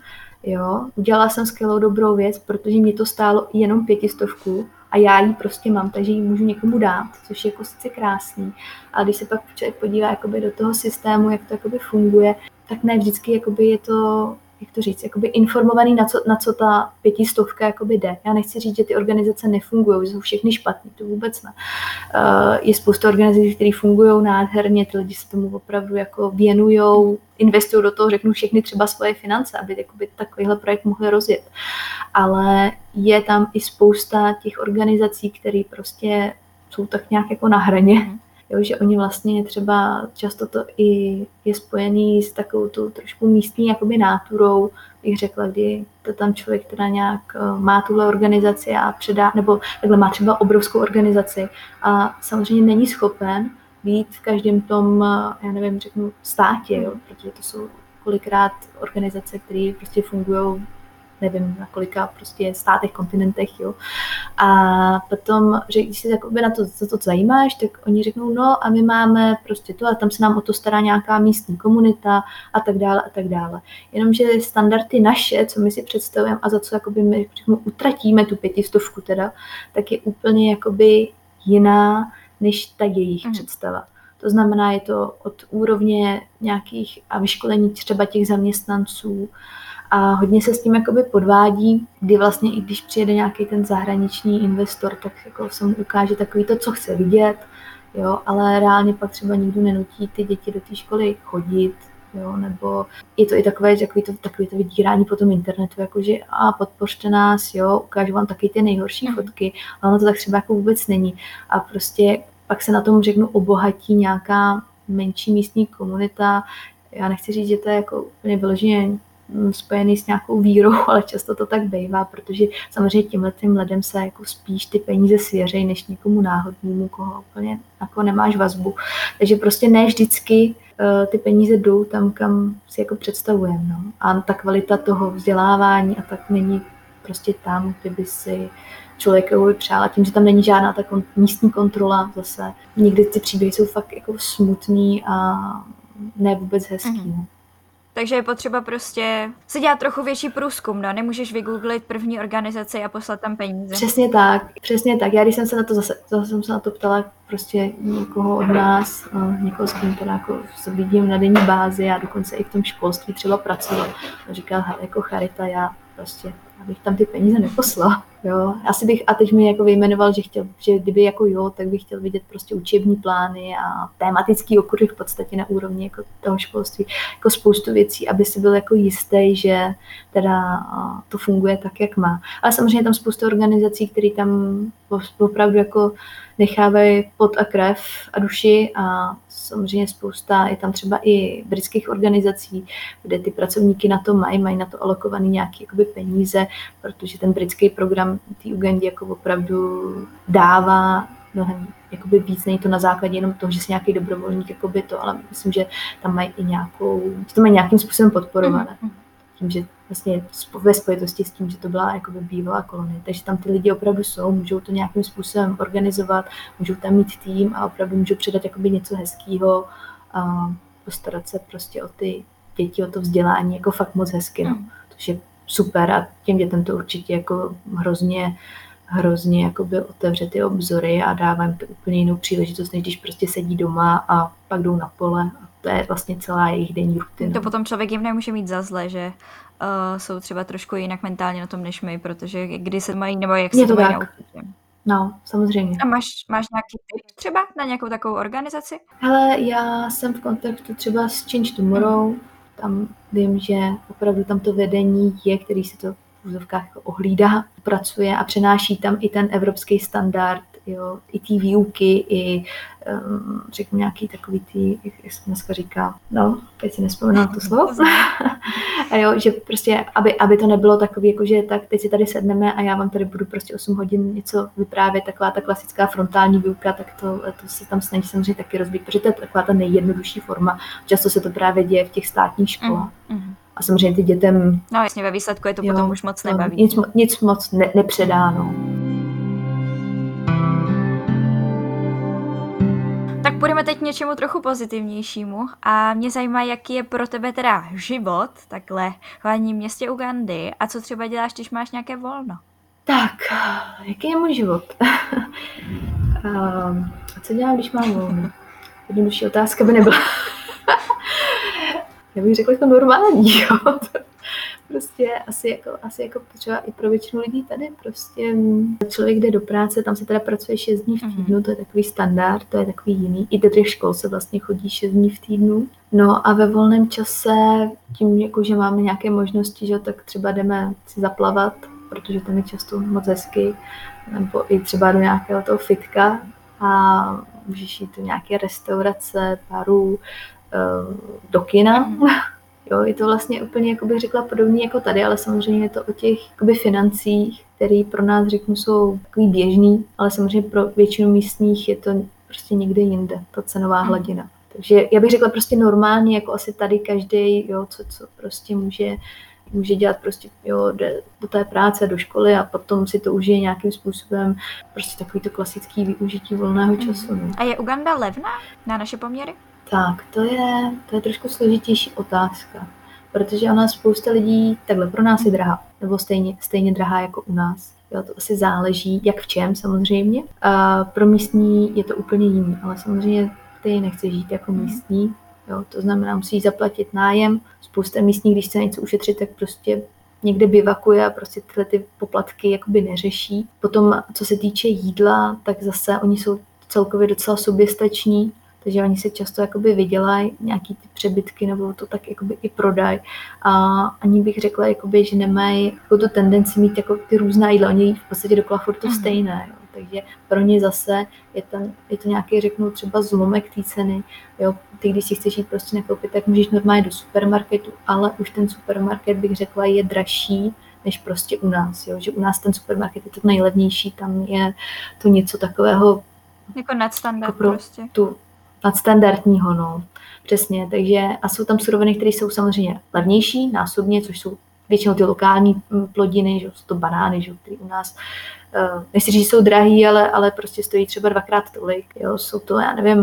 jo, udělala jsem skvělou dobrou věc, protože mě to stálo jenom 500 a já ji prostě mám, takže ji můžu někomu dát, což je jako sice krásný. A když se pak člověk podívá jakoby do toho systému, jak to jakoby funguje, tak ne vždycky jakoby je to, jak to říct, jakoby informovaný, na co ta 500 jakoby jde. Já nechci říct, že ty organizace nefungují, že jsou všechny špatný, to vůbec ne. Je spousta organizací, které fungují nádherně, ty lidi se tomu opravdu jako věnujou, investují do toho, řeknu všechny třeba svoje finance, aby jakoby takovýhle projekt mohli rozjet. Ale je tam i spousta těch organizací, které prostě jsou tak nějak jako na hraně. Jo, že oni vlastně třeba často to i je spojený s takovou tu trošku místní jakoby náturou, bych řekla, kdy to tam člověk teda nějak má tuhle organizaci a předá, nebo takhle má třeba obrovskou organizaci a samozřejmě není schopen být v každém tom, já nevím, řeknu státě, jo, protože to jsou kolikrát organizace, které prostě fungují nevím, na kolika prostě státech, kontinentech, jo. A potom, že když se na to zajímáš, tak oni řeknou, no a my máme prostě to a tam se nám o to stará nějaká místní komunita a tak dále a tak dále. Jenomže standardy naše, co my si představujeme a za co jakoby my utratíme tu 500 teda, tak je úplně jakoby jiná, než ta jejich představa. To znamená, je to od úrovně nějakých a vyškolení třeba těch zaměstnanců, a hodně se s tím jakoby podvádí, kdy vlastně i když přijede nějaký ten zahraniční investor, tak jako se mu ukáže takový to, co chce vidět, jo, ale reálně pak třeba nikdo nenutí ty děti do té školy chodit, jo, nebo je to i takový to vydírání po tom internetu, jakože a podpořte nás, jo, ukážu vám taky ty nejhorší fotky, ale ono to tak třeba jako vůbec není. A prostě pak se na tom řeknu obohatí nějaká menší místní komunita. Já nechci říct, že to je jako úplně vyloženě spojený s nějakou vírou, ale často to tak bývá, protože samozřejmě těmhletým lidem se jako spíš ty peníze svěřejí, než někomu náhodnému, koho úplně jako nemáš vazbu. Takže prostě ne vždycky ty peníze jdou tam, kam si jako představujeme. No. A ta kvalita toho vzdělávání a tak není prostě tam, kde by si člověk přála, tím, že tam není žádná ta místní kontrola zase. Někdy ty příběhy jsou fakt jako smutný a ne vůbec hezký. No. Takže je potřeba prostě si dělat trochu větší průzkum, no? Nemůžeš vygooglit první organizaci a poslat tam peníze. Přesně tak. Já když jsem se na to zase jsem se na to ptala prostě někoho od nás, někoho s kým teda jako se vidím na denní bázi a dokonce i v tom školství třeba pracoval. A říkal, jako charita, já prostě abych tam ty peníze neposlal. Jo. Asi bych, a teď mi jako vyjmenoval, že kdyby jako jo, tak bych chtěl vidět prostě učební plány a tematický okruhy v podstatě na úrovni jako toho školství, jako spoustu věcí, aby si byl jako jistý, že teda to funguje tak, jak má. Ale samozřejmě je tam spousta organizací, které tam opravdu jako nechávají pot a krev a duši a samozřejmě spousta, je tam třeba i britských organizací, kde ty pracovníky na to mají na to alokovaný nějaké jakoby peníze, protože ten britský program té Ugandě jako opravdu dává mnohem jakoby víc, není to na základě jenom toho, že jsi nějaký dobrovolník, jakoby to, ale myslím, že tam mají i že to mají nějakým způsobem podporované. Tím, že vlastně ve spojitosti s tím, že to byla jakoby bývalá kolonie. Takže tam ty lidi opravdu jsou, můžou to nějakým způsobem organizovat, můžou tam mít tým a opravdu můžou předat jakoby něco hezkýho a postarat se prostě o ty děti, o to vzdělání, jako fakt moc hezky. No. Což je super a těm dětem to určitě jako hrozně jakoby otevře ty obzory a dává jim to úplně jinou příležitost, než když prostě sedí doma a pak jdou na pole a to je vlastně celá jejich denní rutina. To potom člověk jim nemůže mít za zle, že jsou třeba trošku jinak mentálně na tom než my, protože kdy se mají, nebo jak se to mají naučit. No, samozřejmě. A máš nějaký tip třeba na nějakou takovou organizaci? Hele, já jsem v kontaktu třeba s Change Tomorrow, tam vím, že opravdu tam to vedení je, který se to v úzovkách jako ohlídá, pracuje a přenáší tam i ten evropský standard, jo, i ty výuky, i řeknu nějaký takový jak se dneska říká, no, teď si nespomenu to slovo, a jo, že prostě, aby to nebylo takový, jako že tak teď si tady sedneme a já vám tady budu prostě 8 hodin něco vyprávět, taková ta klasická frontální výuka, tak to se tam snaží samozřejmě taky rozbít, protože to je taková ta nejjednodušší forma, často se to právě děje v těch státních školách. A samozřejmě ty dětem... No jasně, ve výsledku je to potom už moc nebaví. Nic moc nepředá, no. Tak půjdeme teď k něčemu trochu pozitivnějšímu a mě zajímá, jaký je pro tebe teda život takhle v hlavním městě Ugandy a co třeba děláš, když máš nějaké volno? Tak, jaký je můj život? A co dělám, když mám volno? Jednodušší otázka by nebyla. Já bych řekla jako normální, jo. Prostě asi jako třeba i pro většinu lidí tady prostě člověk jde do práce, tam se teda pracuje 6 dní v týdnu, to je takový standard, to je takový jiný. I do těch škol se vlastně chodí 6 dní v týdnu. No a ve volném čase, tím jako, že máme nějaké možnosti, že tak třeba jdeme si zaplavat, protože tam je často moc hezky, nebo i třeba do nějakého toho fitka a můžeš jít do nějaké restaurace, baru, do kina. Jo, je to vlastně úplně, jako bych řekla, podobně jako tady, ale samozřejmě je to o těch jakoby financích, které pro nás, řeknu, jsou takový běžný, ale samozřejmě pro většinu místních je to prostě někde jinde, ta cenová hladina. Takže já bych řekla prostě normálně, jako asi tady každý, jo, co prostě může dělat, prostě jo, jde do té práce, do školy a potom si to užije nějakým způsobem, prostě takový to klasický využití volného času. No. A je Uganda levná na naše poměry? Tak, to je trošku složitější otázka, protože ona spousta lidí, takhle pro nás je drahá, nebo stejně drahá jako u nás. Jo, to asi záleží, jak v čem samozřejmě. A pro místní je to úplně jiný, ale samozřejmě ty nechce žít jako místní, jo, to znamená, musí zaplatit nájem. Spousta místních, když chce něco ušetřit, tak prostě někde bivakuje a prostě tyhle ty poplatky jakoby neřeší. Potom, co se týče jídla, tak zase oni jsou celkově docela soběstační, takže oni se často jakoby vydělají nějaký ty přebytky nebo to tak jakoby i prodají. A ani bych řekla, jakoby, že nemají jako tu tendenci mít jako ty různá jídla. Oni v podstatě dokola furt to stejné. Jo. Takže pro ně zase je to nějaký, řeknu, třeba zlomek té ceny. Jo. Ty, když si chceš jít prostě nakoupit, tak můžeš normálně do supermarketu, ale už ten supermarket, bych řekla, je dražší než prostě u nás. Jo. Že u nás ten supermarket je to nejlevnější, tam je to něco takového jako nadstandard jako prostě. Nadstandardního, no. Přesně, takže a jsou tam suroviny, které jsou samozřejmě levnější, násobně, což jsou většinou ty lokální plodiny, že jsou to banány, že, které u nás, nechci říct, že jsou drahý, ale prostě stojí třeba 2x tolik. Jo. Jsou to, já nevím,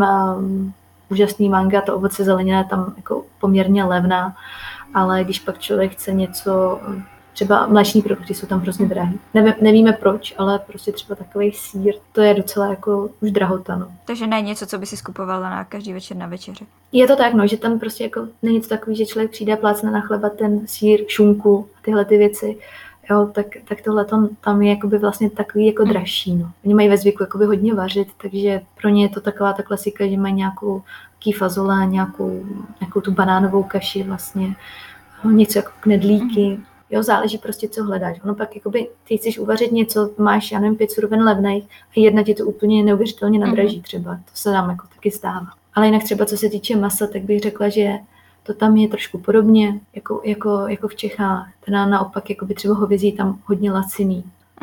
úžasný manga, to ovoce zelenina je tam jako poměrně levná, ale když pak člověk chce něco, třeba mléční produkty jsou tam hrozně drahý. Nevíme proč, ale prostě třeba takový sýr, to je docela jako už drahota. No. Takže ne něco, co by si skupovala na každý večer na večeři. Je to tak, no, že tam prostě jako není to takový, že člověk přijde a plácne na chleba ten sýr, šunku, tyhle ty věci. jo, tak tohle tam je jakoby vlastně takový jako dražší, no. Oni mají ve zvyku jakoby hodně vařit, takže pro ně je to taková ta klasika, že mají nějakou fazole, nějakou tu banánovou kaši vlastně, něco jako knedlíky, jo, záleží prostě, co hledáš. Ono pak jakoby, ty chceš uvařit něco, máš, já nevím, 5 surovin levných a jedna ti to úplně neuvěřitelně nadraží třeba, to se nám jako taky stává. Ale jinak třeba, co se týče masa, tak bych řekla, že to tam je trošku podobně, jako v Čechách. Teda naopak, jakoby třeba hovězí tam hodně laciný.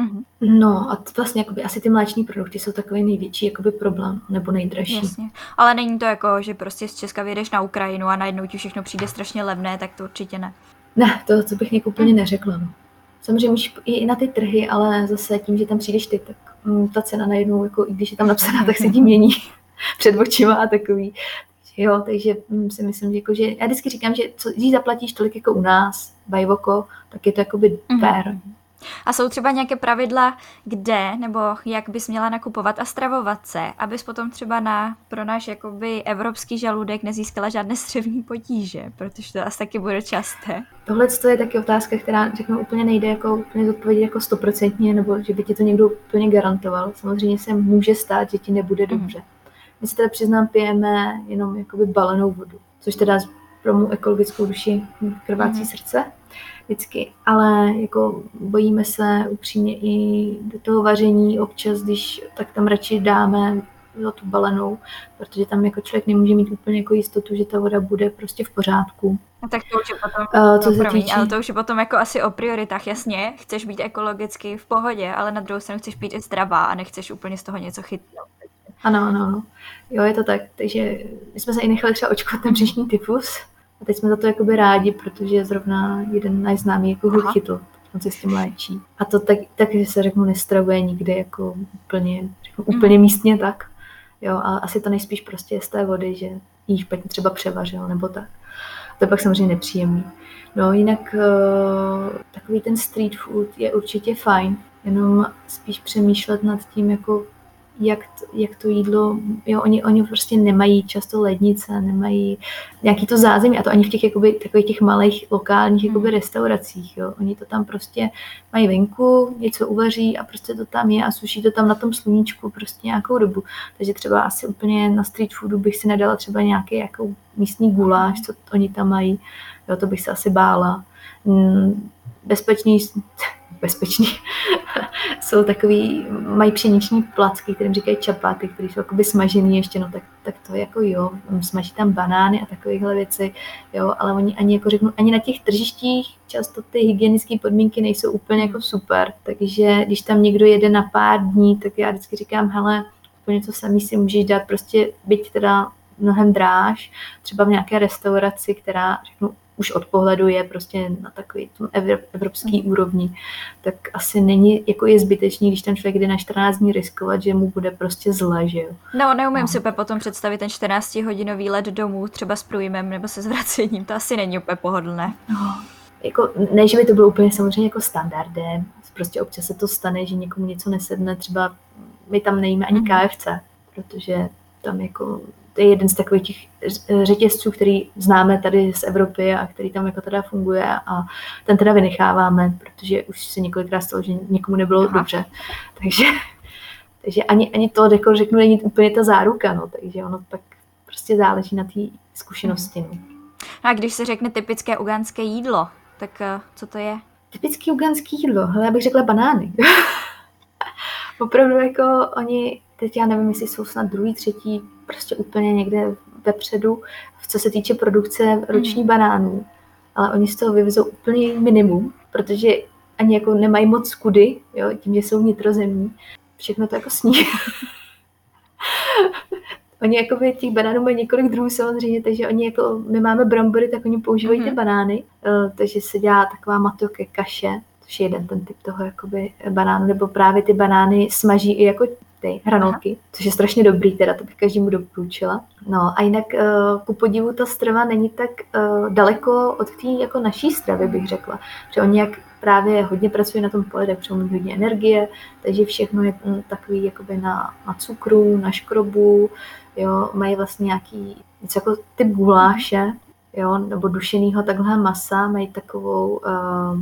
No a vlastně jakoby, asi ty mléčné produkty jsou takový největší jakoby problém, nebo nejdražší. Jasně. Ale není to jako, že prostě z Česka vyjedeš na Ukrajinu a najednou ti všechno přijde strašně levné, tak to určitě ne. Ne, to, co bych někoho úplně neřekla. No. Samozřejmě můžeš i na ty trhy, ale zase tím, že tam přijdeš ty, tak ta cena najednou, jako, i když je tam napsaná, tak se tím mění před očima a takový. Jo, takže si myslím, že já vždycky říkám, že když zaplatíš tolik jako u nás, bajvoko, tak je to jakoby fair. A jsou třeba nějaké pravidla, kde nebo jak bys měla nakupovat a stravovat se, abys potom třeba pro náš jakoby evropský žaludek nezískala žádné střevní potíže, protože to asi taky bude časté. Tohle je taky otázka, která řeknu úplně nejde jako úplně zodpovědět jako 100%, nebo že by ti to někdo úplně garantoval. Samozřejmě se může stát, že ti nebude dobře. My si teda přiznám, pijeme jenom jakoby balenou vodu, což teda pro mou ekologickou duši krvácí srdce vždycky, ale jako bojíme se upřímně i do toho vaření občas, tak tam radši dáme tu balenou, protože tam jako člověk nemůže mít úplně jako jistotu, že ta voda bude prostě v pořádku. No tak to už je potom, ale to už je potom jako asi o prioritách, jasně, chceš být ekologicky v pohodě, ale na druhou stranu chceš být i zdravá a nechceš úplně z toho něco chytnout. Ano. Jo, je to tak, takže my jsme se i nechali třeba očkovat na břišní tyfus a teď jsme za to jakoby rádi, protože zrovna jeden náš známý jako ho chytl, on se s tím léčí. A to taky se řeknu nestravuje nikdy jako úplně místně tak. Jo, a asi to nejspíš prostě z té vody, že jí špatně třeba převařil nebo tak. To je pak samozřejmě nepříjemný. No jinak takový ten street food je určitě fajn, jenom spíš přemýšlet nad tím, jako jak to jídlo, jo, oni prostě nemají často lednice, nemají nějaký to zázemí, a to ani v těch jakoby, takových těch malých lokálních jakoby restauracích, jo. Oni to tam prostě mají venku, něco uvaří a prostě to tam je a suší to tam na tom sluníčku prostě nějakou dobu. Takže třeba asi úplně na street foodu bych si nedala třeba nějaký jako místní guláš, co oni tam mají, jo, to bych se asi bála. Bezpečný jsou takový, mají pšeniční placky, kterým říkají čapáty, které jsou jakoby smažený ještě, no tak to jako jo, smaží tam banány a takovéhle věci, jo, ale oni ani na těch tržištích často ty hygienické podmínky nejsou úplně jako super, takže když tam někdo jede na pár dní, tak já vždycky říkám, hele, úplně to samý si můžeš dát prostě, byť teda mnohem dráž, třeba v nějaké restauraci, která, řeknu, už od pohledu je prostě na takový evropský úrovni, tak asi není, jako je zbytečný, když tam člověk jde na 14 dní riskovat, že mu bude prostě zle, že jo. No, neumím si úplně potom představit ten 14-hodinový let domů, třeba s průjmem nebo se zvracením, to asi není úplně pohodlné. No, jako, ne, že by to bylo úplně samozřejmě jako standardem, prostě občas se to stane, že někomu něco nesedne, třeba my tam nejíme ani KFC, protože tam jako to je jeden z takových těch řetězců, který známe tady z Evropy a který tam jako teda funguje a ten teda vynecháváme, protože už se několikrát stalo, že někomu nebylo dobře. Takže ani to, jako řeknu, není úplně ta záruka, no, takže ono tak prostě záleží na té zkušenosti. No. A když se řekne typické ugandské jídlo, tak co to je? Typické ugandské jídlo? Hele, já bych řekla banány. Opravdu jako oni, teď já nevím, jestli jsou snad druhý, třetí, prostě úplně někde vepředu, co se týče produkce roční banánů. Ale oni z toho vyvezou úplně minimum, protože ani jako nemají moc kudy, jo, tím, že jsou vnitrozemní. Všechno to jako sní. Oni jakoby těch banánů mají několik druhů samozřejmě, takže oni jako, my máme brambory, tak oni používají ty banány, takže se dělá taková matoke kaše, což je jeden ten typ toho jakoby banánu, nebo právě ty banány smaží i jako ty hranolky, což je strašně dobrý, teda to bych každému doporučila. No a jinak ku podivu ta strava není tak daleko od té jako naší stravy, bych řekla, že oni jak právě hodně pracují na tom poli, tak přemluví hodně energie, takže všechno je takový jakoby na cukru, na škrobu, jo, mají vlastně nějaký něco jako typ guláše, jo, nebo dušenýho takhle masa, mají takovou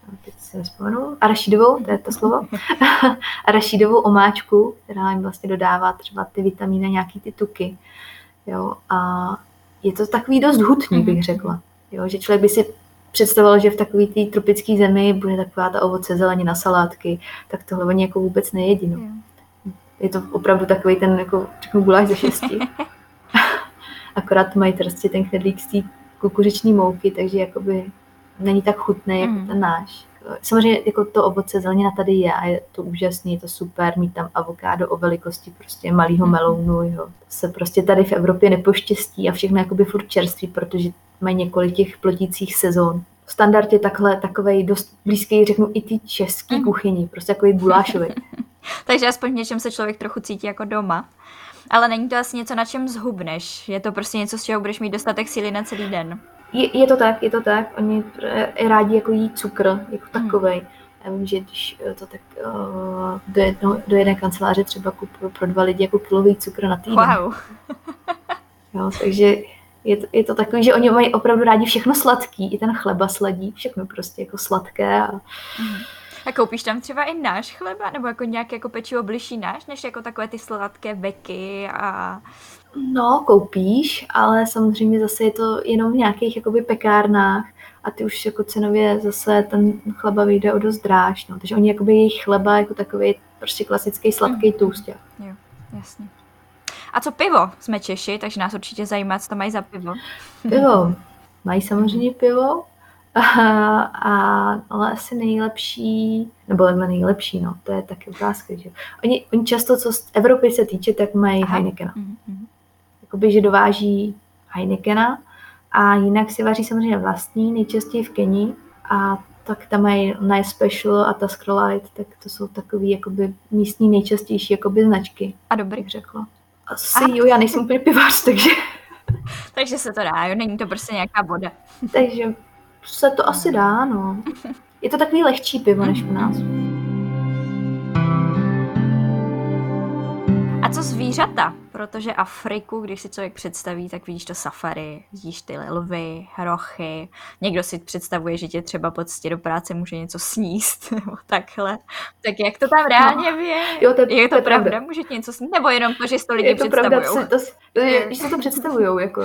teď si nespomenu, arašidovou, to je to slovo, arašidovou omáčku, která jim vlastně dodává třeba ty vitamíny, nějaký ty tuky. Jo, a je to takový dost hutný, bych řekla. Jo, že člověk by si představoval, že v takové té tropické zemi bude taková ta ovoce, zelenina, salátky, tak tohle oni jako vůbec nejedí. No. Je to opravdu takový ten, jako řeknu, guláš ze 6. Akorát mají prostě ten knedlík z té kukuřiční mouky, takže jakoby není tak chutný jako ten náš. Samozřejmě jako to ovoce, zelenina tady je a je to úžasný, je to super, mít tam avokádo o velikosti prostě malýho melounu, jo. To se prostě tady v Evropě nepoštěstí a všechno jakoby furt čerství, protože mají několik těch plotících sezón. Standard je takovej dost blízký, řeknu, i ty český kuchyni, prostě takový gulášový. Takže aspoň v něčem se člověk trochu cítí jako doma. Ale není to asi něco, na čem zhubneš. Je to prostě něco, z čeho budeš mít dostatek síly na celý den. Je to tak. Oni rádi jako jí cukr, jako takovej. Já vím, že když to tak do jedné kanceláře třeba kupuju pro 2 lidi jako kilový cukr na týden. Wow. Jo, takže je to takový, že oni mají opravdu rádi všechno sladký, i ten chleba sladí, všechno prostě jako sladké. A koupíš tam třeba i náš chleba? Nebo jako nějaké jako pečivo bližší náš, než jako takové ty sladké beky a... No, koupíš, ale samozřejmě zase je to jenom v nějakých jakoby pekárnách a ty už jako cenově zase ten chleba vyjde o dost dráž, no. Takže oni jakoby jejich chleba jako takový prostě klasický sladký tousták. Jo, jasně. A co pivo? Jsme Češi, takže nás určitě zajímá, co to mají za pivo. Pivo. Mají samozřejmě pivo, ale asi nejlepší, nebo nejlepší, no, to je taky otázka, že oni často, co z Evropy se týče, tak mají Heinekena. Jakoby, že dováží Heinekena a jinak si vaří samozřejmě vlastní, nejčastěji v Keni a tak tam mají Nice Special a Tusker Light, tak to jsou takový jakoby místní nejčastější jakoby značky. A dobrý. Bych řekla. Asi jo, já nejsem úplně pivář, takže... Takže se to dá, jo, není to prostě nějaká voda. Takže se to asi dá, no. Je to takový lehčí pivo než u nás. A co zvířata? Protože Afriku, když si člověk představí, tak vidíš to safari, vidíš ty lvy, hrochy. Někdo si představuje, že tě třeba po cestě do práce může něco sníst, nebo takhle. Tak jak to tam reálně je? Jo, je to pravda? Může tě něco sníst? Nebo jenom to, že si to lidi představujou? Když se to představujou, jako...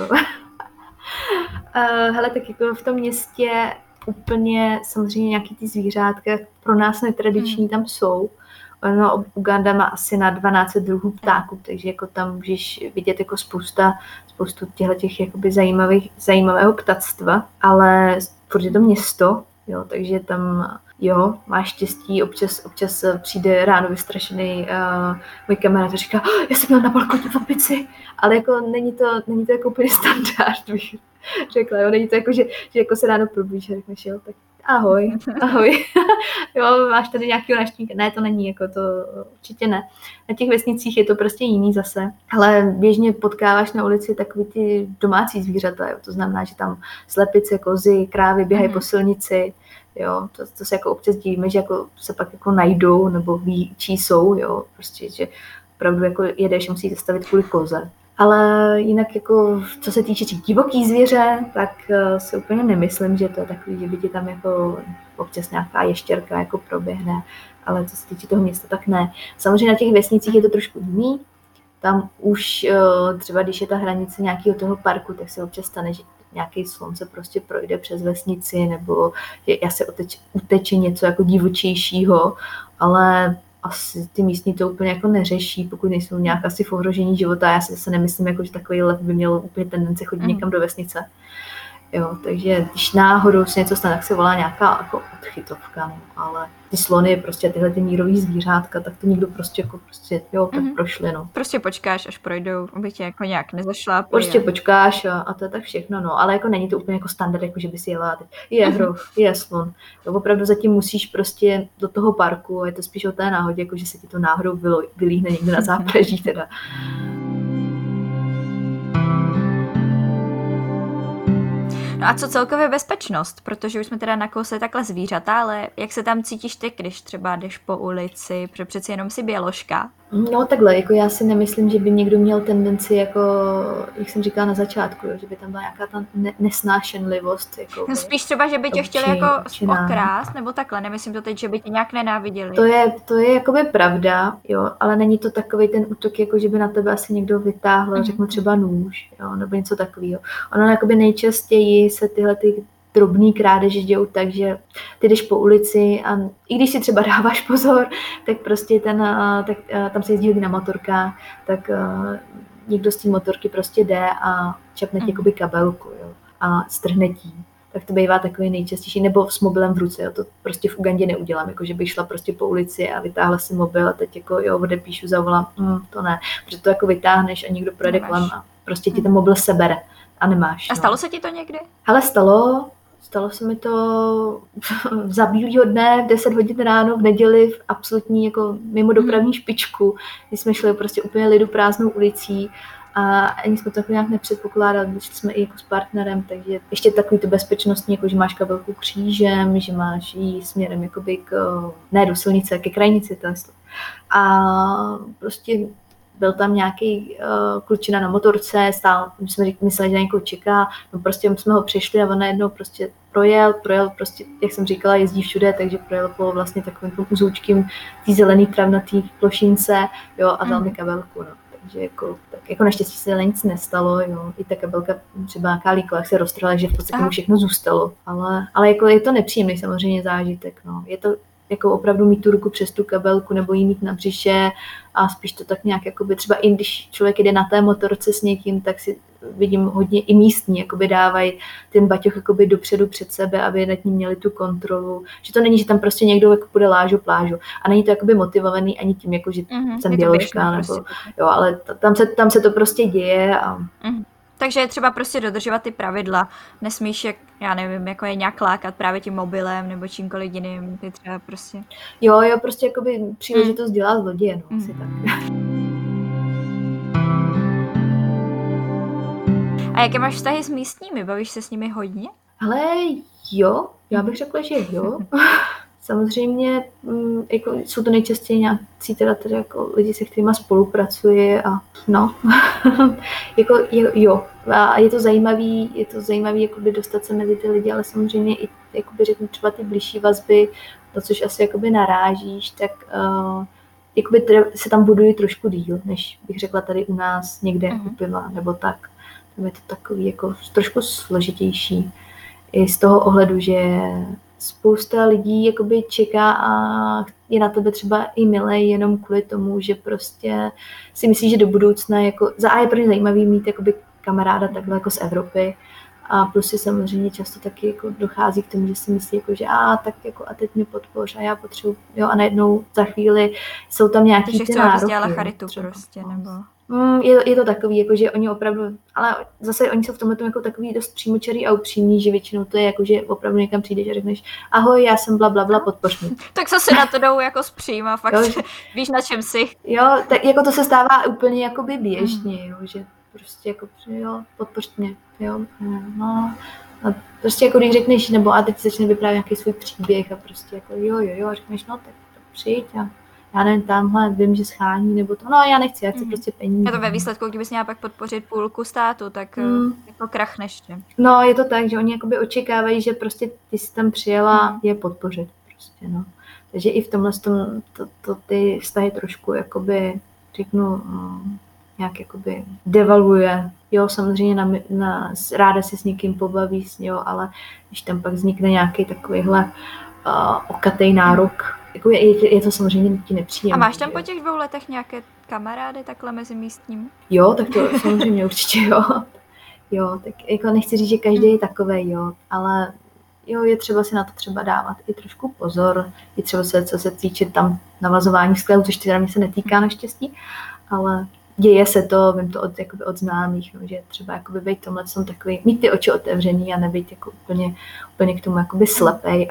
Hele, tak jako v tom městě úplně samozřejmě nějaký ty zvířátka pro nás netradiční tam jsou. No, Uganda má asi na 12 druhů ptáků, takže jako tam můžeš vidět jako spoustu těch jakoby zajímavého ptactva, ale furt je to město, jo, takže tam jo, máš štěstí, občas přijde ráno vystrašený můj kamarád a říká, já jsem měl na balkoně opici, ale jako není to jako úplně standard, bych řekla, jo, není to jako, že jako se ráno probudíš a řekneš, jo, tak ahoj, jo, máš tady nějakého návštěvníka, ne, to není, jako to určitě ne. Na těch vesnicích je to prostě jiný zase, ale běžně potkáváš na ulici takový ty domácí zvířata, jo, to znamená, že tam slepice, kozy, krávy běhají po silnici, jo, to se jako občas dívíme, že jako se pak jako najdou, nebo ví, čí jsou, jo, prostě, že opravdu jako jedeš, musí zastavit kvůli koze. Ale jinak jako, co se týče divoký zvěře, tak si úplně nemyslím, že to je takový, že by ti tam jako občas nějaká ještěrka jako proběhne, ale co se týče toho města, tak ne. Samozřejmě na těch vesnicích je to trošku jiný, tam už třeba, když je ta hranice nějakého toho parku, tak se občas stane, že nějaký slon se prostě projde přes vesnici, nebo že se uteče něco jako divočejšího, ale asi ty místní to úplně jako neřeší, pokud nejsou nějak asi v ohrožení života. Já si zase nemyslím, jako, že takový lev by měl úplně tendenci chodit někam do vesnice. Jo, takže když náhodou se něco stane, tak se volá nějaká jako odchytovka, no, ale ty slony, prostě tyhle ty mírový zvířátka, tak to nikdo prostě jako jo, tak prošli, no. Prostě počkáš, až projdou, aby tě jako nějak nezašlápli. Prostě počkáš a to je tak všechno, no, ale jako není to úplně jako standard, jako že by si jela, je hroch, je slon. To opravdu zatím musíš prostě do toho parku a je to spíš o té náhodě, jako že se ti to náhodou vylíhne někde na zábřeží teda. No a co celkově bezpečnost? Protože už jsme teda nakousli takhle zvířata, ale jak se tam cítíš ty, když třeba jdeš po ulici, protože přeci jenom si běložka? No takhle, jako já si nemyslím, že by někdo měl tendenci, jako, jak jsem říkala na začátku, jo, že by tam byla nějaká ta nesnášenlivost. Jako No spíš třeba, že by tě chtěli jako okrást, nebo takhle, nemyslím to teď, že by tě nějak nenáviděli. To je jakoby pravda, jo, ale není to takový ten útok, jako že by na tebe asi někdo vytáhl, řeknu třeba nůž, jo, nebo něco takového. Ono jakoby nejčastěji se tyhle ty drobný krádeže dějou tak, že ty jdeš po ulici a i když si třeba dáváš pozor, tak prostě tam se jezdí hodně na motorkách, tak někdo z té motorky prostě jde a čapne ti jakoby kabelku, jo, a strhne ti. Tak to bývá takový nejčastější, nebo s mobilem v ruce, jo, to prostě v Ugandě neudělám, jako že bych šla prostě po ulici a vytáhla si mobil a teď jako jo, odepíšu, zavolám, to ne, protože to jako vytáhneš a někdo projede kolem a prostě ti ten mobil sebere a nemáš. A stalo se ti to někdy? Hele, stalo se mi to za bílýho dne v 10 hodin ráno v neděli v absolutní jako mimo dopravní špičku, kdy jsme šli prostě úplně lidu prázdnou ulicí a ani jsme to jako nějak nepředpokládali, když jsme i jako s partnerem, takže ještě takový to bezpečnostní, jako že máš kabelku křížem, že máš jí směrem jakoby ne do silnice, ke krajnici. A prostě byl tam nějaký klučina na motorce, stál, my jsme mysleli, že na někoho čeká, no prostě jsme ho přišli a on najednou prostě projel prostě, jak jsem říkala, jezdí všude, takže projel po vlastně takovým uzoučkým tý zelený travnatý plošince, jo, a dal mi kabelku, no. Takže jako naštěstí se nic nestalo, jo. I ta kabelka třeba nějaká líkla, jak se roztrhla, že v podstatě mu všechno zůstalo, ale jako je to nepříjemný samozřejmě zážitek, no. Je to jako opravdu mít tu ruku přes tu kabelku nebo jí mít na břiše a spíš to tak nějak, jakoby třeba i když člověk jde na té motorce s někým, tak si vidím hodně i místní, jakoby dávají ten baťoch jakoby dopředu před sebe, aby nad ním měli tu kontrolu. Že to není, že tam prostě někdo jako bude lážu plážu. A není to jakoby motivovaný ani tím, jako že jsem běložka, nebo prostě. Jo, ale tam se to prostě děje a takže je třeba prostě dodržovat ty pravidla. Nesmíš, já nevím, jako je nějak lákat právě tím mobilem nebo čímkoliv jiným. Ty třeba prostě... Jo, prostě jakoby příležitost dělá zloděje, no, asi tak. A jaké máš vztahy s místními? Bavíš se s nimi hodně? Ale jo, já bych řekla, že jo. Samozřejmě jako jsou to nejčastěji nějací teda jako lidi, se kterými spolupracuji a no, jako jo. A je to zajímavý jakoby dostat se mezi ty lidi, ale samozřejmě i jakoby řeknu třeba ty blížší vazby, na což asi jakoby narážíš, tak jakoby se tam budují trošku díl, než bych řekla tady u nás někde u piva nebo tak. Tam je to takový jako trošku složitější i z toho ohledu, že spousta lidí jakoby čeká a je na tebe třeba i milej jenom kvůli tomu, že prostě si myslí, že do budoucna jako za A je pro ně zajímavý mít jakoby kamaráda takhle jako z Evropy a plus si samozřejmě často taky jako dochází k tomu, že si myslí jako, že tak jako a teď mě podpoř a já potřebuji, jo, a najednou za chvíli jsou tam nějaký ty nároky. Takže dělala charitu prostě, nebo... Je to takový, jako, že oni opravdu, ale zase oni jsou v tomhle jako takový dost přímočarý a upřímní, že většinou to je jako, že opravdu někam přijdeš a řekneš ahoj, já jsem blablabla, podpoř mě. Tak zase na to jdou jako zpříma, fakt jo, víš, na čem jsi. Jo, tak jako to se stává úplně jakoby běžně, jo, že prostě jako, jo, podpoř mě, jo, no. A prostě jako když řekneš, nebo a teď začne vyprávět nějaký svůj příběh a prostě jako jo, a řekneš, no tak přijď a já nevím, tamhle vím, že schání, nebo to, no já nechci, já chci prostě peníze. A to ve výsledku, kdybys měla pak podpořit půlku státu, tak jako krachneš. No je to tak, že oni jakoby očekávají, že prostě ty jsi tam přijela je podpořit prostě, no. Takže i v tomhle to ty vztahy trošku jakoby, řeknu, nějak jakoby devalvuje. Jo, samozřejmě ráda se s někým pobaví, jo, ale když tam pak vznikne nějaký takovýhle okatej nárok, jako je to samozřejmě ti nepříjemné. A máš tam po těch 2 letech nějaké kamarády takhle mezi místním? Jo, tak to samozřejmě určitě jo. Jo, tak jako nechci říct, že každý je takovej, jo, ale jo, je třeba si na to třeba dávat i trošku pozor, i třeba co se týče tam navazování vztahů, což teda mě se netýká naštěstí, ale děje se to, vím to od známých, no, že třeba jakoby být tomhle jsem takový, mít ty oči otevřený a nebýt jako úplně k tomu jakoby slepej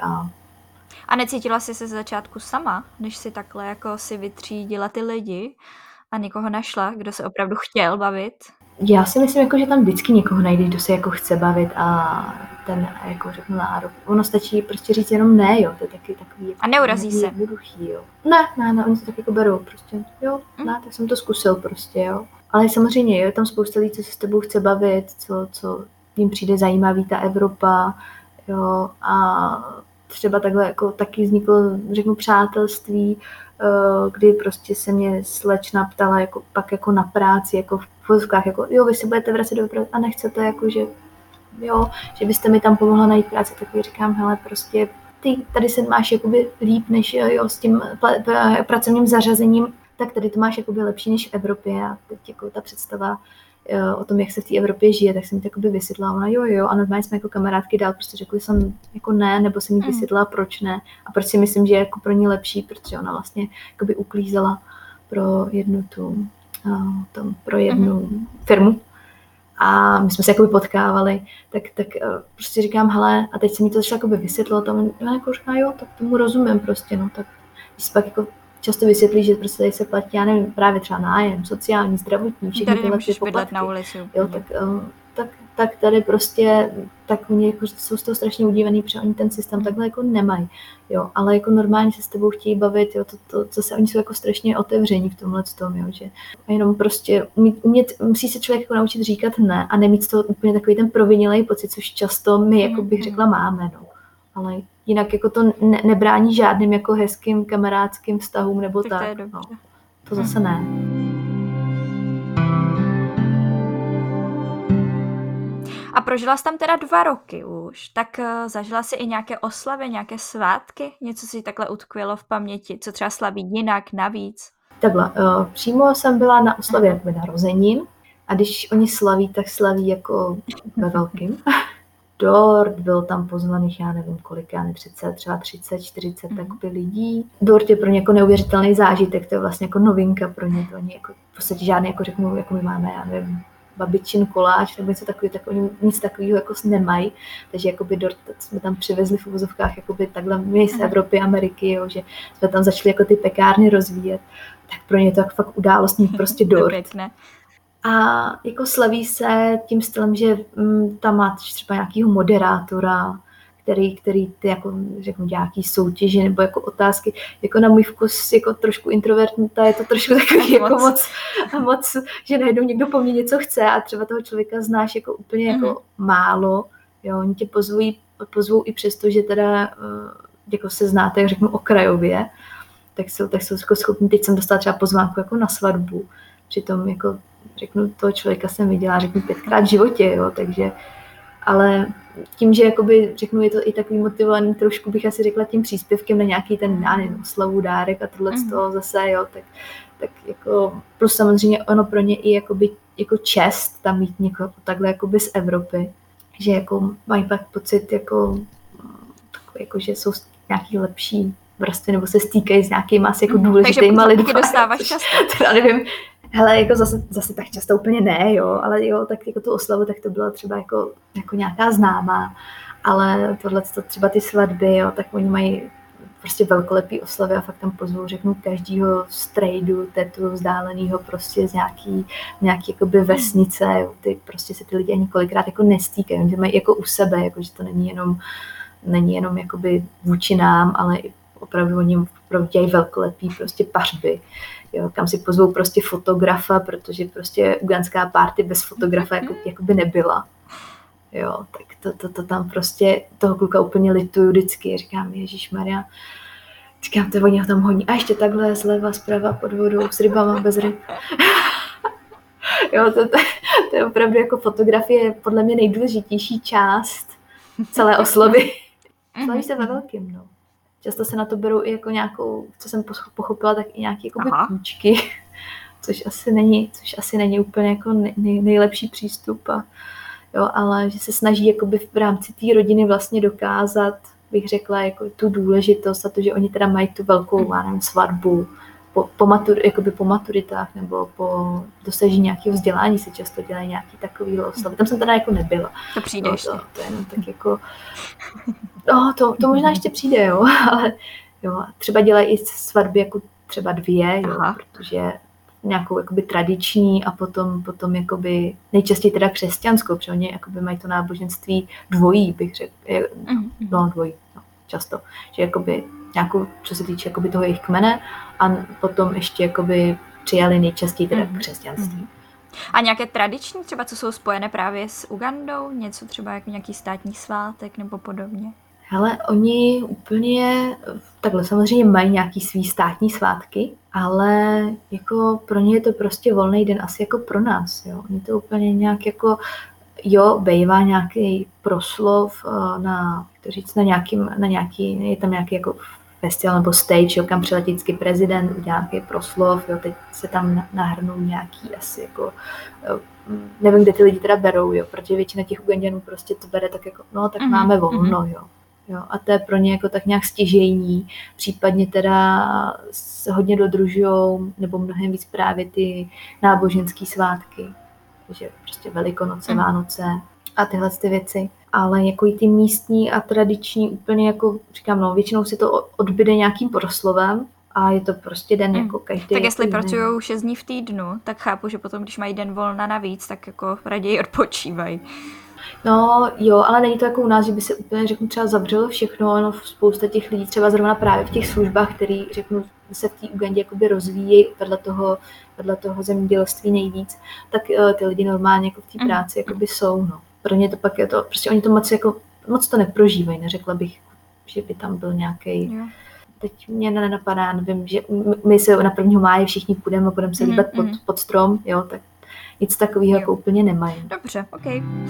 A necítila jsi se z začátku sama, než si takhle jako si vytřídila ty lidi a někoho našla, kdo se opravdu chtěl bavit? Já si myslím, jako, že tam vždycky někoho najdeš, kdo se jako chce bavit a ten, jako řeknu, nárok. Ono stačí prostě říct jenom ne, jo, to je taky takový A neurazí se. jednoduchý, jo. Ne, oni to tak jako berou, prostě, jo, ne, tak jsem to zkusil prostě, jo. Ale samozřejmě, je tam spousta lidí, co se s tebou chce bavit, co jim přijde zajímavý ta Evropa, jo, a třeba takhle jako taky vzniklo, řeknu, přátelství, kdy prostě se mě slečna ptala jako, pak jako na práci, jako v vozovkách, jako jo, vy si budete vracet do práce a nechcete, jako že jo, že byste mi tam pomohla najít práci, tak říkám, hele, prostě ty tady se máš jakoby líp než jo, s tím pracovním zařazením, tak tady to máš jakoby lepší než v Evropě a teď jako ta představa o tom, jak se v té Evropě žije, tak jsem mi to jakoby vysvětlila, ona jo, a normálně jsme jako kamarádky dál, prostě řekli jsem jako ne, nebo jsem jí vysvětlila, proč ne a proč si myslím, že je jako pro ní lepší, protože ona vlastně jakoby uklízela pro jednu pro jednu firmu a my jsme se jakoby potkávali, tak prostě říkám, hele, a teď se mi to začalo jakoby vysvětlilo, tam jako říká, jo, tak tomu rozumím prostě, no, tak když pak jako často vysvětlí, že prostě tady se platí, já nevím, právě třeba nájem, sociální, zdravotní, všechny tyhle poplatky. Na ulici. Jo, tak tady prostě, tak oni jako jsou z toho strašně udívaný, protože oni ten systém takhle jako nemají, jo, ale jako normálně se s tebou chtějí bavit, jo, oni jsou jako strašně otevření v tomhle tom, jo, že jenom prostě musí se člověk jako naučit říkat ne a nemít z toho úplně takový ten provinilej pocit, což často my, jako bych řekla, máme, no, ale jinak jako to nebrání žádným jako hezkým kamarádským vztahům nebo tak. No, to zase ne. A prožila jsi tam teda 2 roky už, tak zažila jsi i nějaké oslavy, nějaké svátky? Něco si takhle utkvělo v paměti, co třeba slaví jinak, navíc? Takhle, přímo jsem byla na oslavě jakoby narozenin a když oni slaví, tak slaví jako ve velkým. Dort, byl tam pozvaných, já nevím kolik, třeba 30, 40 takových lidí. Dort je pro ně jako neuvěřitelný zážitek, to je vlastně jako novinka pro ně, to oni jako v podstatě žádný, jako řeknu, jako my máme, já nevím, babičin koláč nebo něco takového, tak oni nic takového jako nemají, takže jakoby dort jsme tam přivezli v uvozovkách jakoby takhle my z Evropy, Ameriky, jo, že jsme tam začali jako ty pekárny rozvíjet, tak pro ně to jako fakt událost mít prostě dort. A jako slaví se tím stylem, že tam máš třeba nějakýho moderátora, který ty jako řeknu nějaký soutěže nebo jako otázky, jako na můj vkus jako trošku introvertnutá, je to trošku takový jako moc, že najednou někdo po mně něco chce a třeba toho člověka znáš jako úplně jako málo, jo, oni tě pozvou i přesto, že teda jako se znáte, jak řeknu okrajově, tak jsou jako schopní, teď jsem dostala třeba pozvánku jako na svatbu, přitom jako řeknu, toho člověka jsem viděla, řeknu 5krát v životě, jo, takže, ale tím, že jakoby, řeknu, je to i takový motivovaný, trošku bych asi řekla tím příspěvkem na nějaký ten, já nevím, oslavu, dárek a tohle z toho zase, jo, tak jako, plus samozřejmě ono pro ně i jakoby, jako čest tam mít někoho takhle jakoby z Evropy, že jako mají pak pocit jako že jsou nějaký lepší vrstvy, nebo se stýkají s nějakýma asi jako důležitýma lidma. Takže dostáváš často. Já nevím, hele, jako zase tak často úplně ne, jo, ale jo, tak jako tu oslavu, tak to byla třeba jako nějaká známá, ale tohle třeba ty svatby, jo, tak oni mají prostě velkolepý oslavy a fakt tam pozvou, řeknu, každýho strejdu, tetu, vzdálenýho prostě z nějaký jakoby vesnice, jo, ty prostě se ty lidi ani kolikrát jako nestýkají, oni mají jako u sebe, jako že to není jenom jakoby vůči nám, ale opravdu oni opravdu dělají velkolepý prostě pařby, jo, kam si pozvou prostě fotografa, protože prostě uganská party bez fotografa jakoby nebyla. Jo, tak to tam prostě toho kluka úplně lituju vždycky, říkám, ježišmarja, říkám, to oni ho tam honí, a ještě takhle zleva, zprava, pod vodou, s rybama, bez ryb. Jo, to je opravdu jako fotografie, podle mě nejdůležitější část celé oslavy. Slaví se ve velkým, no. Často se na to berou i jako nějakou, co jsem pochopila, tak i nějaké jakoby půjčky, což asi není úplně jako nejlepší přístup, jo, ale že se snaží jakoby v rámci té rodiny vlastně dokázat, bych řekla, jako tu důležitost a to, že oni teda mají tu velkou, nevím, svatbu, po maturitách nebo po dosažení nějakého vzdělání se často dělají nějaký takový oslavy. Tam jsem teda jako nebyla. To přijde ještě. To je jenom tak jako... No, to možná ještě přijde, jo, ale jo, třeba dělají i svatby jako třeba 2, jo, protože nějakou jakoby tradiční a potom jakoby nejčastěji teda křesťanskou, protože oni jakoby mají to náboženství dvojí, bych řekl, dvojí, často, že jakoby nějakou, co se týče jakoby toho jejich kmene a potom ještě jakoby přijali nejčastěji teda křesťanství. A nějaké tradiční třeba, co jsou spojené právě s Ugandou? Něco třeba jako nějaký státní svátek nebo podobně? Hele, oni úplně, takhle samozřejmě mají nějaký svý státní svátky, ale jako pro ně je to prostě volný den, asi jako pro nás, jo. Oni to úplně nějak jako, bejvá nějaký proslov je tam nějaký jako festival nebo stage, jo, kam přiletí vždycky prezident, udělá nějaký proslov, jo, teď se tam nahrnou nějaký asi jako, nevím, kde ty lidi teda berou, jo, protože většina těch Uganďanů prostě to bere tak jako, tak máme volno, jo. A to je pro ně jako tak nějak stěžejní, případně teda se hodně dodržujou, nebo mnohem víc právě ty náboženské svátky, takže prostě Velikonoce, Vánoce a tyhle ty věci. Ale jako i ty místní a tradiční úplně jako, říkám, většinou si to odbyde nějakým proslovem a je to prostě den jako každý. Tak jestli pracují 6 dní v týdnu, tak chápu, že potom, když mají den volna navíc, tak jako raději odpočívají. No jo, ale není to jako u nás, že by se úplně, řeknu, třeba zavřelo všechno, spousta těch lidí třeba zrovna právě v těch službách, který, řeknu, se v té Ugandě jakoby rozvíjejí vedle toho zemědělství nejvíc, tak ty lidi normálně jako v té práci jakoby jsou, Pro ně to pak je to, prostě oni to moc to neprožívají, neřekla bych, že by tam byl nějaký. Teď mě nenapadá, nevím, že my se na 1. máje všichni půjdeme se líbat pod strom, jo, tak nic takového jako úplně nemají. Dobře, OK.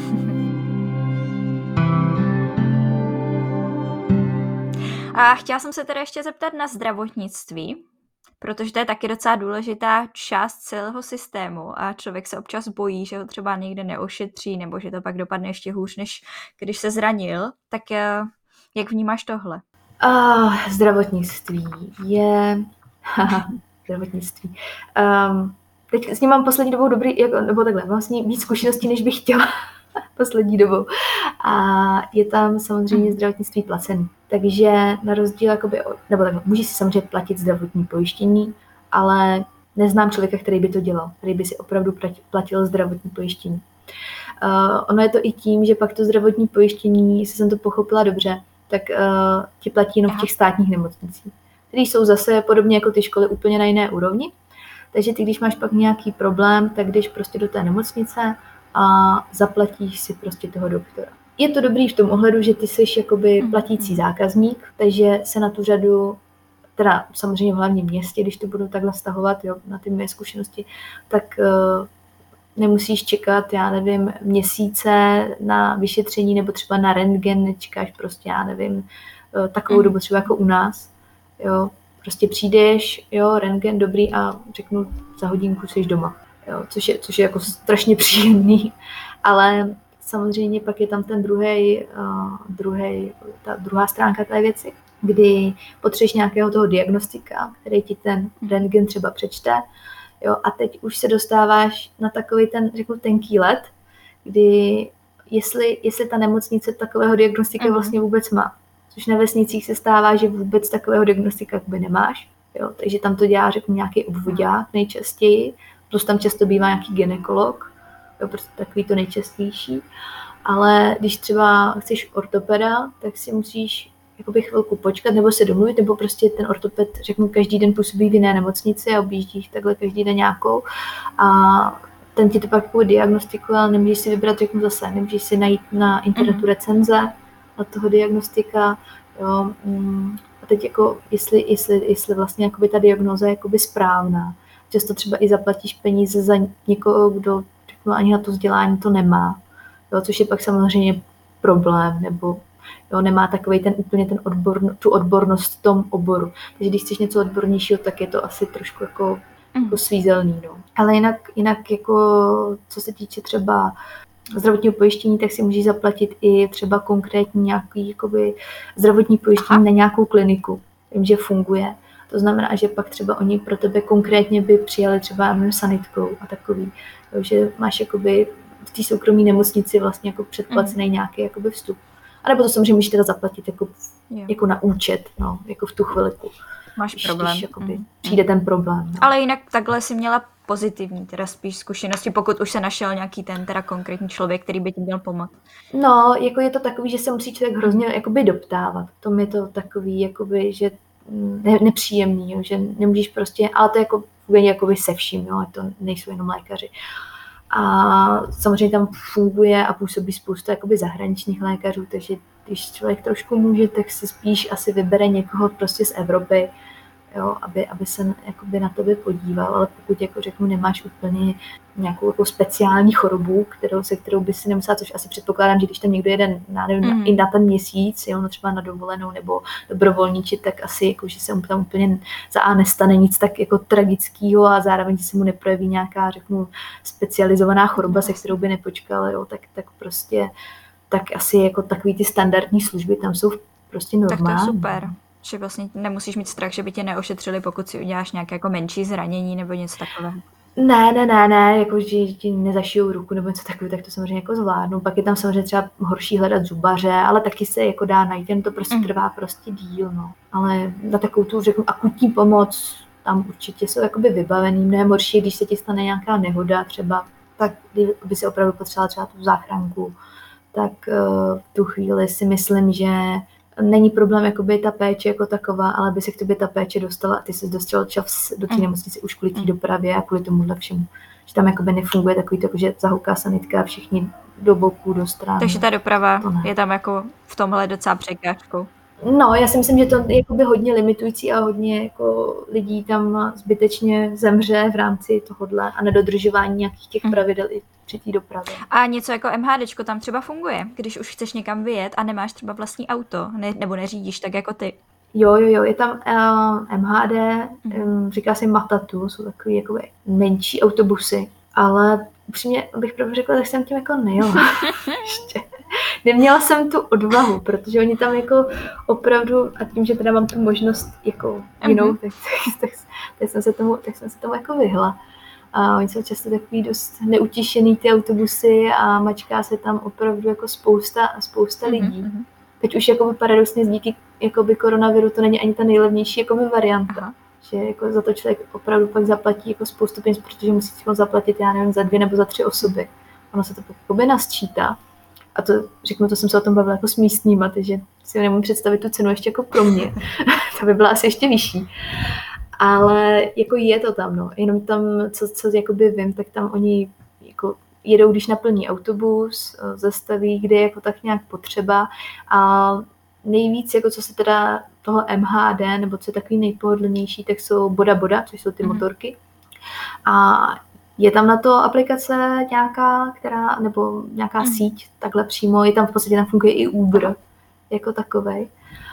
A chtěla jsem se teda ještě zeptat na zdravotnictví, protože to je taky docela důležitá část celého systému a člověk se občas bojí, že ho třeba někde neošetří nebo že to pak dopadne ještě hůř, než když se zranil. Tak jak vnímáš tohle? Zdravotnictví je... zdravotnictví. Teď s ním mám poslední dobou nebo takhle, mám s ním víc zkušeností, než bych chtěla poslední dobou. A je tam samozřejmě zdravotnictví placený. Takže na rozdíl, nebo takhle, můžeš si samozřejmě platit zdravotní pojištění, ale neznám člověka, který by to dělal, který by si opravdu platil zdravotní pojištění. Ono je to i tím, že pak to zdravotní pojištění, jestli jsem to pochopila dobře, tak ti platí jenom v těch státních nemocnicích, které jsou zase podobně jako ty školy úplně na jiné úrovni. Takže ty, když máš pak nějaký problém, tak jdeš prostě do té nemocnice a zaplatíš si prostě toho doktora. Je to dobrý v tom ohledu, že ty jsi jakoby platící zákazník, takže se na tu řadu, teda samozřejmě v hlavním městě, když to budu takhle stahovat, jo, na ty mé zkušenosti, tak nemusíš čekat, já nevím, měsíce na vyšetření nebo třeba na rentgen, nečekáš prostě, já nevím, takovou dobu třeba jako u nás, jo. Prostě přijdeš, jo, rentgen, dobrý a řeknu, za hodinku jsi doma, jo, což je jako strašně příjemný, ale samozřejmě pak je tam ten ta druhá stránka té věci, kdy potřebuješ nějakého toho diagnostika, který ti ten rentgen třeba přečte, jo, a teď už se dostáváš na takový ten, řeknu, tenký led, kdy jestli ta nemocnice takového diagnostika vlastně vůbec má. Což na vesnicích se stává, že vůbec takového diagnostika jakoby nemáš. Jo, takže tam to dělá, řeknu, nějaký obvodák nejčastěji, plus tam často bývá nějaký gynekolog, jo, prostě takový to nejčastější. Ale když třeba chceš ortopeda, tak si musíš jakoby chvilku počkat nebo se domluvit, nebo prostě ten ortoped, řeknu, každý den působí v jiné nemocnici a objíždíš takhle každý den nějakou a ten ti to pak jako diagnostikuje, ale nemůžeš si vybrat, řeknu zase, nemůžeš si najít na internetu recenze od toho diagnostika, jo. A teď jako, jestli vlastně jakoby ta diagnóza je jakoby správná. Často třeba i zaplatíš peníze za někoho, kdo, řeknu, ani na to vzdělání to nemá, jo, což je pak samozřejmě problém, nebo jo, nemá takovej tu odbornost v tom oboru. Takže když chceš něco odbornějšího, tak je to asi trošku jako svízelný, no. Ale jinak jako, co se týče třeba zdravotního pojištění, tak si můžeš zaplatit i třeba konkrétní nějaký jakoby zdravotní pojištění na nějakou kliniku. Vím, že funguje. To znamená, že pak třeba oni pro tebe konkrétně by přijali třeba sanitkou a takový. Jo, že máš jakoby v té soukromé nemocnici vlastně jako předplacený nějaký jakoby vstup. A nebo to samozřejmě můžeš teda zaplatit jako na účet, no, jako v tu chvilku. Máš problém. Když jakoby přijde ten problém. No. Ale jinak takhle si měla pozitivní, teda spíš zkušenosti, pokud už se našel nějaký ten teda konkrétní člověk, který by ti měl pomoct. No, jako je to takový, že se musí člověk hrozně jakoby doptávat. To je to takový, jakoby, že nepříjemný, jo, že nemůžeš prostě, ale to je jako jakoby se vším, jo, to nejsou jenom lékaři. A samozřejmě tam funguje a působí spousta jakoby zahraničních lékařů, takže když člověk trošku může, tak si spíš asi vybere někoho prostě z Evropy, jo, aby se jakoby na tebe podíval, ale pokud jako řeknu, nemáš úplně nějakou jako speciální chorobu, se kterou by si nemusela, což asi předpokládám, že když tam někdo jede i na ten měsíc, jo, no třeba na dovolenou nebo dobrovolníčit, tak asi jako, že se mu tam úplně nestane nic tak jako tragického a zároveň se mu neprojeví nějaká, řeknu, specializovaná choroba, se kterou by nepočkal, jo, tak prostě tak asi jako takový ty standardní služby tam jsou prostě normální. Tak to je super. Že vlastně nemusíš mít strach, že by tě neošetřili, pokud si uděláš nějaké jako menší zranění nebo něco takového. Ne, jako že ti nezašijou ruku nebo něco takového, tak to samozřejmě jako zvládnu. Pak je tam samozřejmě třeba horší hledat zubaře, ale taky se jako dá najít, jen to prostě trvá prostě díl, no. Ale na takovou tu, řeknu, akutní pomoc, tam určitě jsou jakoby vybavený, mnohem horší, když se ti stane nějaká nehoda třeba, tak by si opravdu potřebovala třeba tu záchranku, tak v tu chvíli si myslím, že není problém jakoby ta péče jako taková, ale by se k tobě ta péče dostala a ty se dostal čas do té nemocnice už kvůli té dopravě a kvůli tomuhle všemu. Že tam jakoby nefunguje takový to, že zahouká sanitka a všichni do boku, do stran. Takže ta doprava je tam jako v tomhle docela překážkou. No, já si myslím, že to je jakoby hodně limitující a hodně jako lidí tam zbytečně zemře v rámci tohodle a nedodržování nějakých těch pravidel i při té dopravě. A něco jako MHDčko tam třeba funguje, když už chceš někam vyjet a nemáš třeba vlastní auto, nebo neřídíš tak jako ty. Jo, je tam MHD, říká se Matatu, jsou takový jakoby menší autobusy, ale upřímně bych pravdu řekla, tak jsem tím jako nejela. Ještě. Neměla jsem tu odvahu, protože oni tam jako opravdu, a tím, že teda mám tu možnost jako jinou, tak jsem se tomu jako vyhla. A oni jsou často takový dost neutěšený ty autobusy a mačká se tam opravdu jako spousta lidí. Teď už jakoby paradoxně díky jakoby koronaviru to není ani ta nejlevnější jakoby varianta. Aha. Že jako za to člověk opravdu pak zaplatí jako spoustu peněz, protože musí si ho zaplatit, já nevím, za 2 nebo za 3 osoby. Ono se to pak jakoby nasčítá. A to, řeknu, to jsem se o tom bavila jako s místníma, takže si nemůžu představit tu cenu ještě jako pro mě. To by byla asi ještě vyšší. Ale jako je to tam, no. Jenom tam, co jakoby vím, tak tam oni jako jedou, když naplní autobus, zastaví, kde je jako tak nějak potřeba. A nejvíc, jako co se teda toho MHD, nebo co je takový nejpohodlnější, tak jsou Boda, což jsou ty motorky. A je tam na to aplikace nějaká, nebo nějaká síť, takhle přímo, je tam v podstatě, tam funguje i Uber, jako takovej.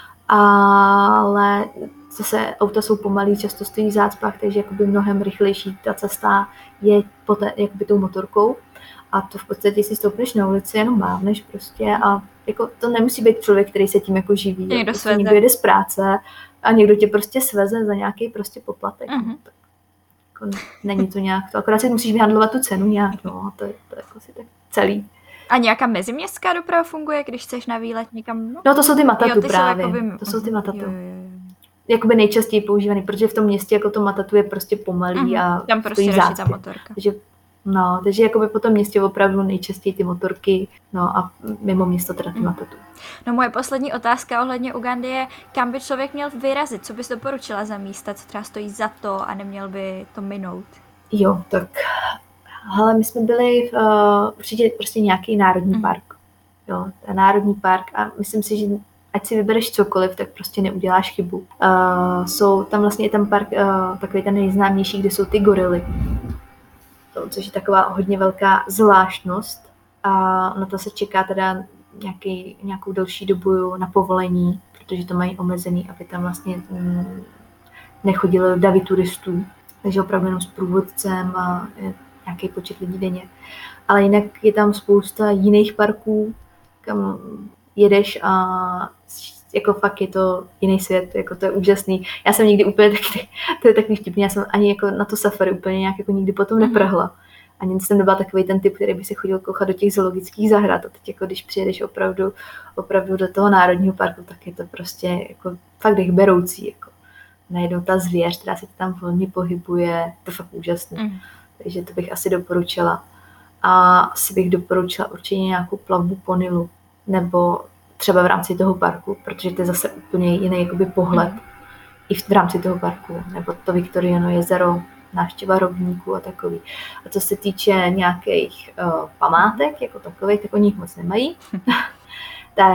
Ale zase auta jsou pomalý, často stojí v zácpách, takže jakoby mnohem rychlejší ta cesta je jakoby tou motorkou. A to v podstatě si stoupneš na ulici, jenom mávneš prostě a jako to nemusí být člověk, který se tím jako živí. Někdo jede z práce a někdo tě prostě sveze za nějaký prostě poplatek. Tak jako není to nějak to, akorát si musíš vyhandlovat tu cenu nějak, no a to je jako si tak celý. A nějaká meziměstská doprava funguje, když chceš na výlet někam? No to jsou ty Matatu právě, to jsou ty Matatu. Jo. Jakoby nejčastěji používaný, protože v tom městě jako to Matatu je prostě pomalý a tam prostě radši ta motorka. Takže jakoby po tom městě opravdu nejčastěji ty motorky, no a mimo město teda ty Matatu. No moje poslední otázka ohledně Ugandy je, kam by člověk měl vyrazit, co bys doporučila za místa, co třeba stojí za to a neměl by to minout? Jo, tak hele, my jsme byli určitě prostě nějaký národní park. Jo, ten národní park a myslím si, že ať si vybereš cokoliv, tak prostě neuděláš chybu. Jsou tam vlastně ten park, takový ten nejznámější, kde jsou ty gorily. Což je taková hodně velká zvláštnost a na to se čeká teda nějakou delší dobu na povolení, protože to mají omezený, aby tam vlastně nechodilo davy turistů, takže opravdu jenom s průvodcem a nějaký počet lidí denně. Ale jinak je tam spousta jiných parků, kam jedeš a jako fakt je to jiný svět, jako to je úžasný. Já jsem nikdy úplně taky, to je takový vtipný, já jsem ani jako na to safari úplně nějak jako nikdy potom neprhla. Ani jsem nebyla takový ten typ, který by se chodil koukat do těch zoologických zahrad. A teď jako když přijedeš opravdu do toho národního parku, tak je to prostě jako fakt dechberoucí. Jako. Najednou ta zvěř, která se tam volně pohybuje, to je fakt úžasné. Takže to bych asi doporučila. A asi bych doporučila určitě nějakou plavbu po Nilu, nebo třeba v rámci toho parku, protože to je zase úplně jiný jakoby pohled i v rámci toho parku, nebo to Viktoriino jezero, návštěva rovníků a takový. A co se týče nějakých památek jako takových, tak oni jich moc nemají. Tak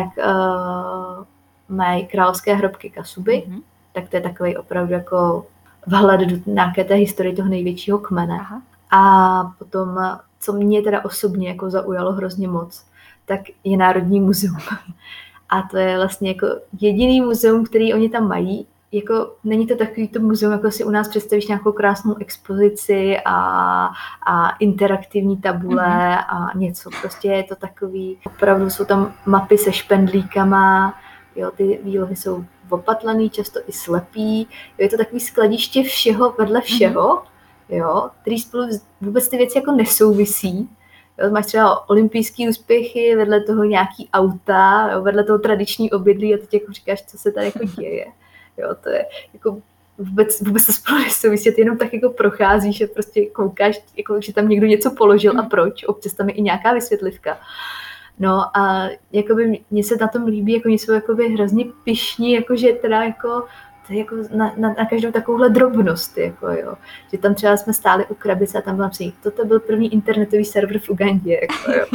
mají královské hrobky Kasuby, tak to je takový opravdu jako vhled do nějaké té historie toho největšího kmene. Aha. A potom, co mě teda osobně jako zaujalo hrozně moc, tak je Národní muzeum. A to je vlastně jako jediný muzeum, který oni tam mají. Jako, není to takový to muzeum, jako si u nás představíš nějakou krásnou expozici a interaktivní tabule a něco. Prostě je to takový, opravdu jsou tam mapy se špendlíkama, jo, ty výlohy jsou opatlaný, často i slepý. Jo, je to takový skladiště všeho vedle všeho, jo, který spolu vůbec ty věci jako nesouvisí. Jo, máš třeba olympijský úspěchy, vedle toho nějaký auta, jo, vedle toho tradiční obydlí a teď jako říkáš, co se tady jako děje. Jo, to je jako vůbec to spolu nesouvisí, ty jenom tak jako procházíš a prostě koukáš, jako, že tam někdo něco položil a proč, občas tam je i nějaká vysvětlivka. No a jakoby mně se na tom líbí, jako oni jsou jakoby hrozně pyšní, jakože teda jako to je jako na každou takovouhle drobnost, jako jo. Že tam třeba jsme stáli u krabice a tam byla napsaný, toto byl první internetový server v Ugandě, jako jo.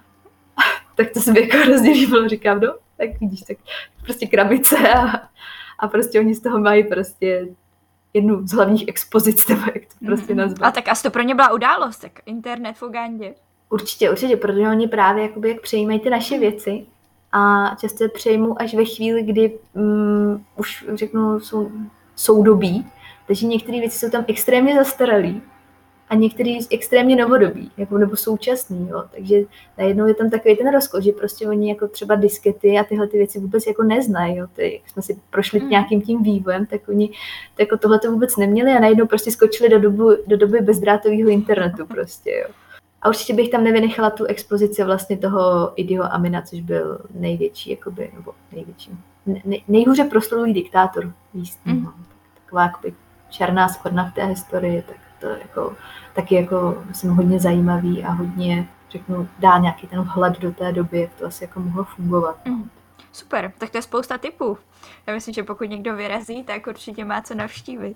Tak to se mi jako hrozně líbilo, říkám, no, tak vidíš, tak prostě krabice a prostě oni z toho mají prostě jednu z hlavních expozic, nebo jak to prostě nazvat. A tak asi to pro ně byla událost, tak internet v Ugandě. Určitě, protože oni právě jakoby, jak přejímají ty naše věci a často je přejmou až ve chvíli, kdy už řeknu, jsou soudobí, takže některé věci jsou tam extrémně zastaralý a některé extrémně novodobí, jako, nebo současný, jo. Takže najednou je tam takový ten rozkol, že prostě oni jako třeba diskety a tyhle ty věci vůbec jako neznají, jo. Jak jsme si prošli nějakým tím vývojem, tak oni jako tohle to vůbec neměli a najednou prostě skočili do doby bezdrátového internetu prostě, jo. A určitě bych tam nevynechala tu expozici vlastně toho Idiho Amina, což byl největší, jakoby, nebo největší, nejhůře proslulý diktátor místní. Taková jakoby černá skvrna v té historii, tak to jako, taky jako myslím hodně zajímavý a hodně, řeknu, dá nějaký ten vhled do té doby, jak to asi jako mohlo fungovat. Super, tak to je spousta tipů. Já myslím, že pokud někdo vyrazí, tak určitě má co navštívit.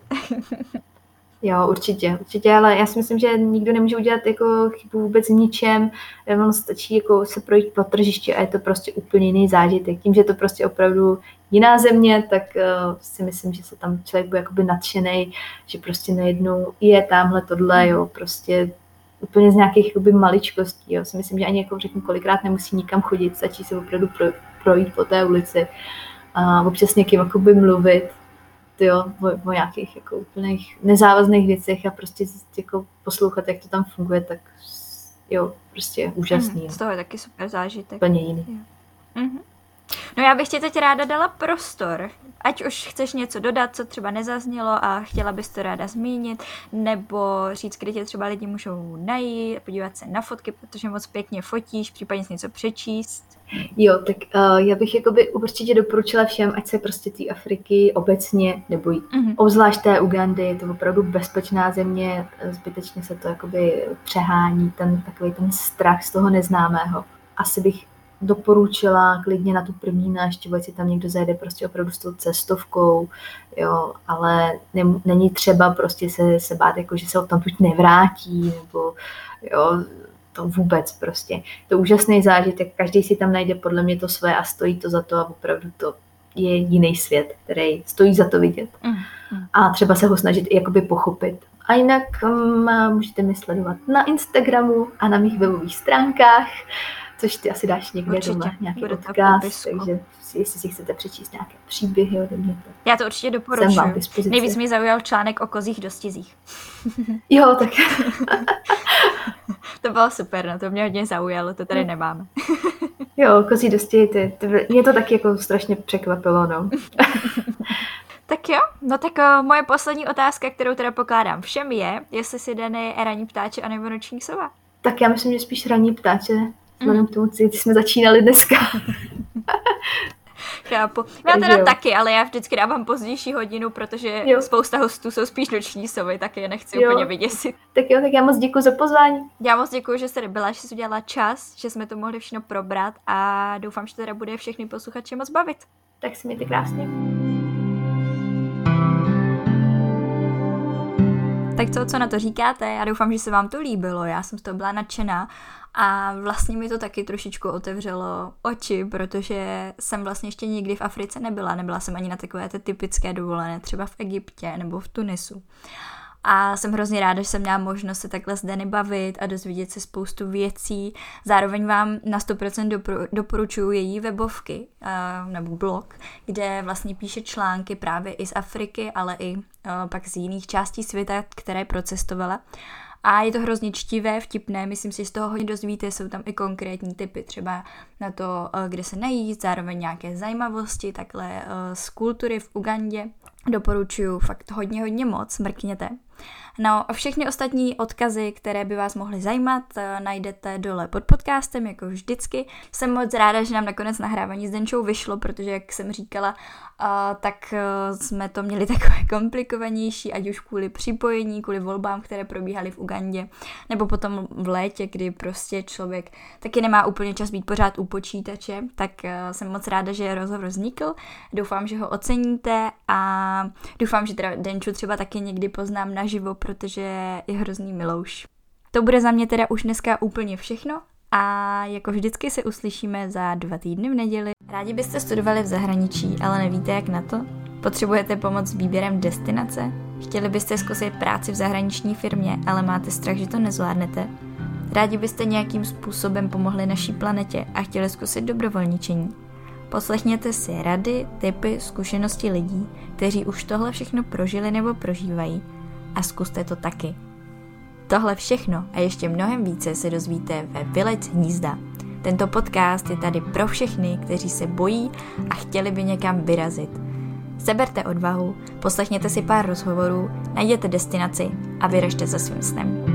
Jo, určitě, ale já si myslím, že nikdo nemůže udělat jako chybu vůbec ničem, on stačí jako se projít po tržišti a je to prostě úplně jiný zážitek. Tím, že je to prostě opravdu jiná země, tak si myslím, že se tam člověk bude jakoby nadšenej, že prostě najednou je tamhle tohle, jo, prostě úplně z nějakých jakoby maličkostí, jo. Si myslím, že ani jako řeknu, kolikrát nemusí nikam chodit, stačí se opravdu projít po té ulici a občas s někým jakoby mluvit, jo, o nějakých jako úplných nezávazných věcech a prostě jako poslouchat, jak to tam funguje, tak jo, prostě úžasný. Z toho je taky super zážitek. Úplně jiný. No já bych ti teď ráda dala prostor, ať už chceš něco dodat, co třeba nezaznělo a chtěla bys to ráda zmínit, nebo říct, kde tě třeba lidi můžou najít, podívat se na fotky, protože moc pěkně fotíš, případně si něco přečíst. Jo, tak já bych jakoby určitě doporučila všem, ať se prostě té Afriky obecně nebojí. Obzvlášť té Ugandy, je to opravdu bezpečná země, zbytečně se to jakoby přehání, takový ten strach z toho neznámého. Asi bych doporučila klidně na tu první návštěvu, ať si tam někdo zajede prostě opravdu s tou cestovkou, jo, ale není třeba prostě se bát, jako, že se odtamtud nevrátí, nebo jo, to vůbec prostě. To úžasný zážitek, každý si tam najde podle mě to své a stojí to za to a opravdu to je jiný svět, který stojí za to vidět. A třeba se ho snažit i jakoby pochopit. A jinak můžete mě sledovat na Instagramu a na mých webových stránkách, což ty asi dáš někde doma, nějaký odkaz, takže jestli si chcete přečíst nějaké příběhy ode mě. Já to určitě doporučuji. Nejvíc mi zaujal článek o kozích dostizích. Jo, tak. To bylo super, no to mě hodně zaujalo, to tady nemáme. Jo, kozí dostihy, mě to taky jako strašně překvapilo, no. Tak jo, no tak moje poslední otázka, kterou teda pokládám všem je, jestli si Dany ranní ptáče a nebo noční sova. Tak já myslím, že spíš ranní ptáče, vzhledem k tomu, co jsme začínali dneska. Chápu. Já teda taky, ale já vždycky dávám pozdější hodinu, protože spousta hostů jsou spíš noční sovy, tak je nechci úplně vyděsit. Tak jo, tak já moc děkuji za pozvání. Já moc děkuji, že jste tady byla, že jsi udělala čas, že jsme to mohli všechno probrat a doufám, že teda bude všechny posluchače moc bavit. Tak si mějte krásně. Tak co na to říkáte? Já doufám, že se vám to líbilo, já jsem z toho byla nadšená a vlastně mi to taky trošičku otevřelo oči, protože jsem vlastně ještě nikdy v Africe nebyla jsem ani na takové ty typické dovolené, třeba v Egyptě nebo v Tunisu. A jsem hrozně ráda, že jsem měla možnost se takhle s Dany bavit a dozvědět se spoustu věcí. Zároveň vám na 100% doporučuji její webovky nebo blog, kde vlastně píše články právě i z Afriky, ale i pak z jiných částí světa, které procestovala. A je to hrozně čtivé, vtipné, myslím si, že z toho hodně dozvíte, jsou tam i konkrétní tipy, třeba na to, kde se najít, zároveň nějaké zajímavosti, takhle z kultury v Ugandě. Doporučuji fakt hodně moc, mrkněte. No a všechny ostatní odkazy, které by vás mohly zajímat, najdete dole pod podcastem, jako vždycky. Jsem moc ráda, že nám nakonec nahrávání s Denčou vyšlo, protože, jak jsem říkala, tak jsme to měli takové komplikovanější, ať už kvůli připojení, kvůli volbám, které probíhaly v Ugandě, nebo potom v létě, kdy prostě člověk taky nemá úplně čas být pořád u počítače, tak jsem moc ráda, že rozhovor vznikl. Doufám, že ho oceníte a doufám, že teda Denču třeba taky někdy poznám naživo, protože je hrozný milouš. To bude za mě teda už dneska úplně všechno a jako vždycky se uslyšíme za 2 týdny v neděli. Rádi byste studovali v zahraničí, ale nevíte jak na to? Potřebujete pomoc s výběrem destinace? Chtěli byste zkusit práci v zahraniční firmě, ale máte strach, že to nezvládnete? Rádi byste nějakým způsobem pomohli naší planetě a chtěli zkusit dobrovolničení? Poslechněte si rady, tipy, zkušenosti lidí, kteří už tohle všechno prožili nebo prožívají a zkuste to taky. Tohle všechno a ještě mnohem více se dozvíte ve Vylec hnízda. Tento podcast je tady pro všechny, kteří se bojí a chtěli by někam vyrazit. Seberte odvahu, poslechněte si pár rozhovorů, najděte destinaci a vyražte za svým snem.